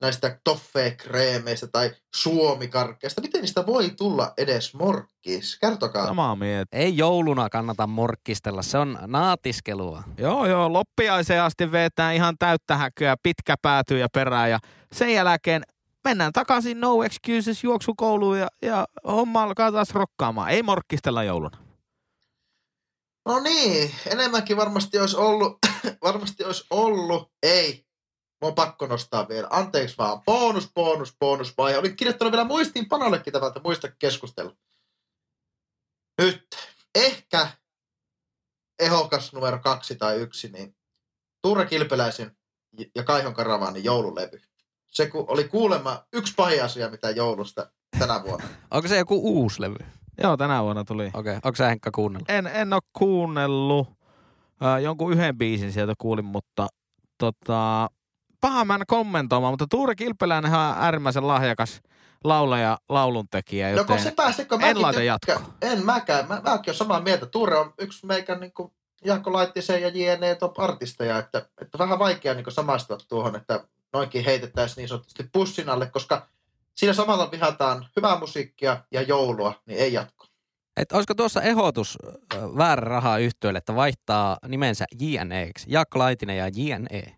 C: näistä toffee-kreemeistä tai suomikarkkeista. Miten niistä voi tulla edes morkkis? Kertokaa.
B: Samaa mieltä.
A: Ei jouluna kannata morkkistella, se on naatiskelua.
B: Joo, loppiaiseen asti vetään ihan täyttä häköä, pitkä pääty ja perään ja sen jälkeen mennään takaisin no excuses juoksukouluun ja homma alkaa taas rokkaamaan. Ei morkkistella jouluna.
C: No niin, enemmänkin varmasti olisi ollut. Ei, mä oon pakko nostaa vielä. Anteeksi vaan, bonusvaihe. Olin kirjoittanut vielä muistiinpanollekin tämän, että muista keskustella. Nyt, ehkä ehokas numero 2 tai 1, niin Tuure Kilpeläisen ja Kaihon Karavaanin joululevy. Se oli kuulemma yksi pahin asia, mitä joulusta tänä vuonna.
A: Onko se joku uusi levy?
B: Joo, tänä vuonna tuli.
A: Okei. Onko sä Henkka kuunnellut?
B: En ole kuunnellut. Jonkun yhden biisin sieltä kuulin, mutta paha mä en kommentoimaan, mutta Tuure Kilpeläinen on äärimmäisen lahjakas laulaja, lauluntekijä,
C: No kun
B: joten
C: se pääsi, kun
B: en laita jatkoa.
C: En mäkään. Mäkin olen samaa mieltä. Tuure on yksi meikän niin kuin Jaakko Laittisen ja JNE top-artisteja, että vähän vaikea niin kuin samastua tuohon, että noinkin heitettäisiin niin sanotusti pussin alle, koska siinä samalla vihataan hyvää musiikkia ja joulua, niin ei jatko.
A: Et olisiko tuossa ehdotus väärä rahaa yhtyeelle, että vaihtaa nimensä JNE:ksi? Jaakko Laitinen ja JNE.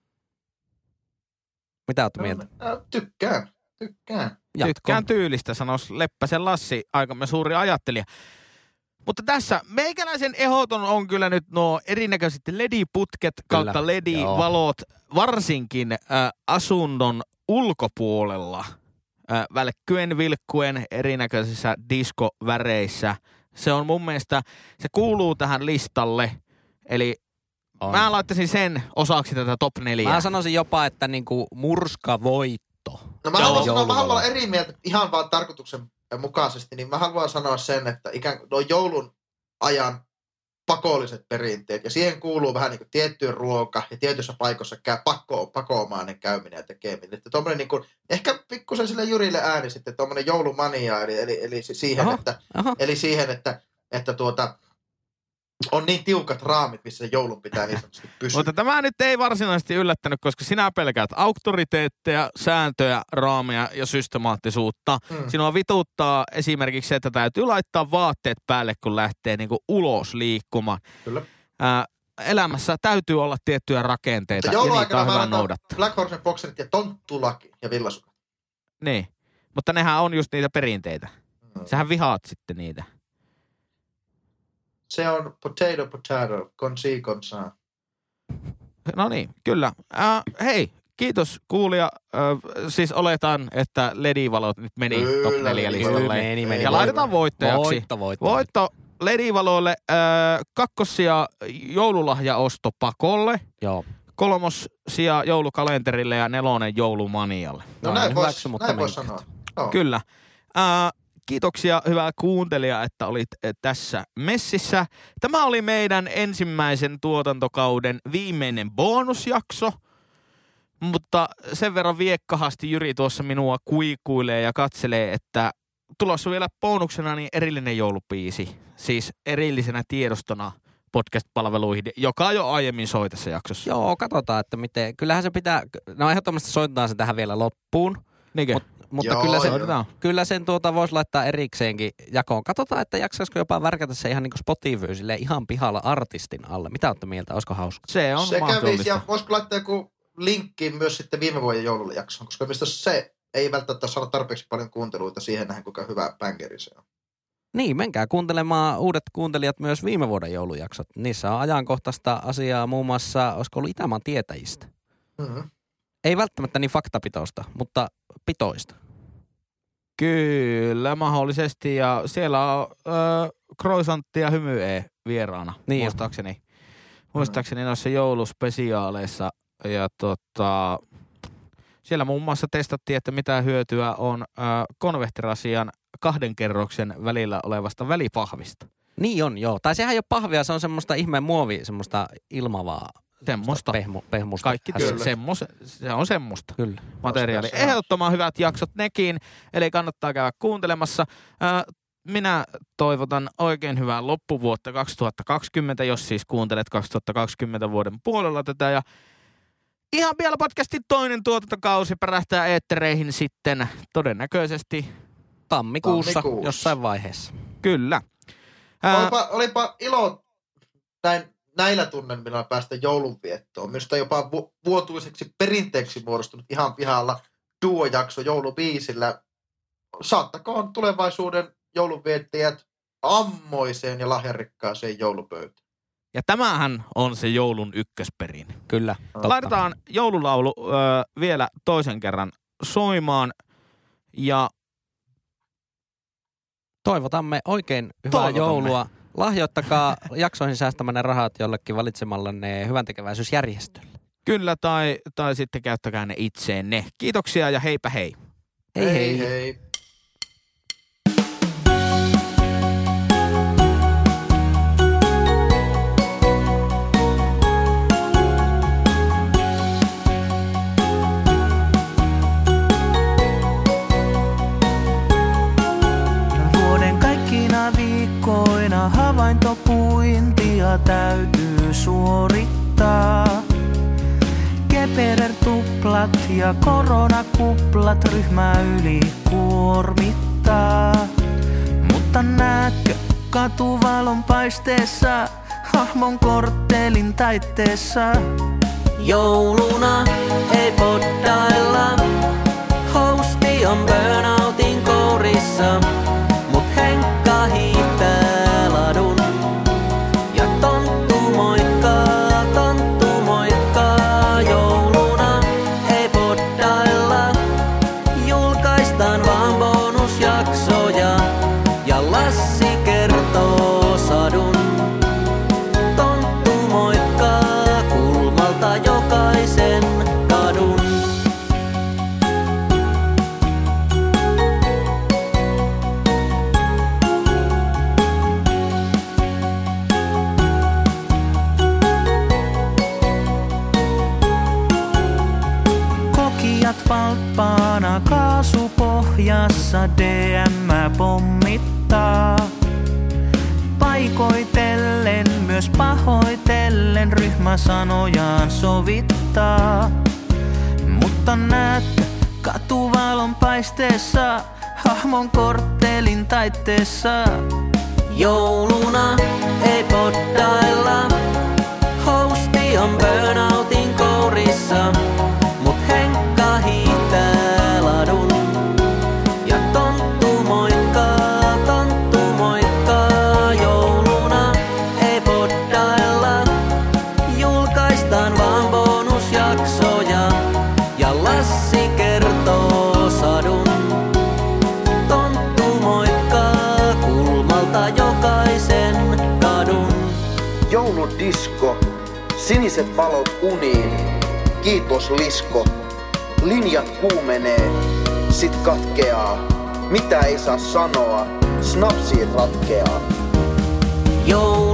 A: Mitä oot mieltä?
C: Tykkään.
B: Tykkään tyylistä, sanoisi Leppäsen Lassi, aikamme suuri ajattelija. Mutta tässä meikäläisen ehdoton on kyllä nyt nuo erinäköiset LED-putket kautta LED-valot, varsinkin asunnon ulkopuolella. Välkkyen, vilkkuen, erinäköisissä diskoväreissä. Se on mun mielestä, se kuuluu tähän listalle. Eli mä laittaisin sen osaksi tätä top 4.
A: Mä sanoisin jopa, että niinku murskavoitto.
C: No mä haluan olla eri mieltä ihan vaan tarkoituksen mukaisesti, niin mä haluan sanoa sen, että ikään kuin joulun ajan pakolliset perinteet, ja siihen kuuluu vähän niin kuin tiettyä ruoka, ja tietyissä paikoissa pakoomainen käyminen ja tekeminen. Että tommoinen niin kuin, ehkä pikkusen sille Jyrille ääni sitten, tommoinen joulumania, eli siihen, että on niin tiukat raamit, missä joulun pitää niin sanotusti pysyä.
B: Mutta tämä nyt ei varsinaisesti yllättänyt, koska sinä pelkäät auktoriteetteja, sääntöjä, raameja ja systemaattisuutta. Sinua vituttaa esimerkiksi se, että täytyy laittaa vaatteet päälle, kun lähtee niin kuin ulos liikkumaan.
C: Kyllä.
B: Elämässä täytyy olla tiettyjä rakenteita ja niitä on hyvä noudattaa.
C: Black Horsen bokserit ja tonttulaki ja villasukat.
B: Niin, mutta nehän on just niitä perinteitä. Sähän vihaat sitten niitä.
C: Se on potato, con saa.
B: No niin, kyllä. Hei, kiitos kuulija. Siis oletan, että LED-valot nyt meni top 4 listalle.
A: Meni.
B: Ja laitetaan voittajaksi. Voitto LED-valoille, kakkosia joululahjaosto Pakolle.
A: Joo.
B: 3. sija joulukalenterille ja 4. joulumanialle.
C: No näin vois sanoa. Oh.
B: Kyllä. Kiitoksia hyvä kuuntelija, että olit tässä messissä. Tämä oli meidän ensimmäisen tuotantokauden viimeinen bonusjakso, mutta sen verran viekkahasti Jyri tuossa minua kuikuilee ja katselee, että tulossa vielä bonuksena niin erillinen joulupiisi, siis erillisenä tiedostona podcast-palveluihin, joka jo aiemmin soi tässä jaksossa.
A: Joo, katsotaan, että miten. Kyllähän se pitää, no ehdottomasti soitetaan se tähän vielä loppuun.
B: Niinkö?
A: Mutta kyllä sen voisi laittaa erikseenkin jakoon. Katsotaan, että jaksaisiko jopa värkätä se ihan niin kuin Spotify silleen ihan pihalla artistin alle. Mitä olette mieltä? Olisiko hauska?
B: Se on mahdollista.
C: Kävisi, ja voisiko laittaa joku linkki myös sitten viime vuoden joulujaksoon, koska mistä se ei välttämättä saada tarpeeksi paljon kuunteluita siihen nähden, kuinka hyvä bängeri se on.
A: Niin, menkää kuuntelemaan uudet kuuntelijat myös viime vuoden joulujaksot. Niissä on ajankohtaista asiaa, muun muassa, olisiko ollut Itämaan tietäjistä.
C: Mm-hmm.
A: Ei välttämättä niin faktapitoista, mutta pitoista.
B: Kyllä, mahdollisesti. Ja siellä on croissantti ja hymyee vieraana,
A: niin
B: muistaakseni noissa jouluspesiaaleissa. Ja siellä muun muassa testattiin, että mitä hyötyä on konvehtirasian 2 kerroksen välillä olevasta välipahvista.
A: Niin on, joo. Tai sehän ei ole pahvia, se on semmoista ihmeen muovia, semmoista ilmavaa.
B: Semmoista.
A: Pehmusta.
B: Kaikki se on semmoista.
A: Kyllä.
B: Materiaali. Ehdottoman hyvät jaksot nekin, eli kannattaa käydä kuuntelemassa. Minä toivotan oikein hyvää loppuvuotta 2020, jos siis kuuntelet 2020 vuoden puolella tätä. Ja Ihan vielä podcastin toinen tuotantokausi pärähtää eettereihin sitten todennäköisesti
A: Tammikuussa jossain vaiheessa.
B: Kyllä.
C: Olipa ilo näillä tunnelmilla päästä joulunviettoon. Minusta jopa vuotuiseksi perinteeksi muodostunut ihan pihalla duojakso joulubiisillä. Saattakoon tulevaisuuden joulunviettäjät ammoiseen ja lahjarikkaaseen joulupöytään.
B: Ja tämähän on se joulun ykkösperin.
A: Kyllä. Totta.
B: Laitetaan joululaulu vielä toisen kerran soimaan ja
A: toivotamme oikein hyvää joulua. Lahjoittakaa jaksoihin säästämänne rahat jollekin valitsemallanne hyväntekeväisyysjärjestölle.
B: Kyllä, tai sitten käyttäkää ne itseenne. Kiitoksia ja heipä hei.
A: Hei hei.
C: Hei.
D: Vuoden kaikkina viikkoina havaintopuintia täytyy suorittaa. Keperer-tuplat ja koronakuplat ryhmää yli kuormittaa. Mutta näetkö katuvalon paisteessa hahmon korttelin taitteessa? Jouluna ei poddailla, hosti on burnoutin kourissa, mut Henkka hiihtää ladun. Ja tonttu moikkaa, jouluna ei poddailla, julkaistaan vaan bonusjaksoja ja Lassi kertoo sadun. Tonttu moikkaa kulmalta jokaisen kadun. Kokijat valppaana kaasupohjassa DM pommittaa. Paikoitellen, myös pahoitellen ryhmä sanojaan sovittaa. Mutta näetkö katuvalon paisteessa hahmon korttelin taitteessa? Jouluna ei poddailla, hosti on burnoutin kourissa, mut Henkka hiihtää ladun. Ja tonttu moikkaa, jouluna ei poddailla, julkaistaan vaan bonusjaksoja ja Lassi kertoo sadun. Tonttu moikkaa kulmalta jokaisen kadun.
E: Jouludisko, siniset valot uniin, kiitos Lisko. Linjat kuumenee, sit katkeaa, mitä ei saa sanoa, snapsiin ratkeaa.
D: Jouluna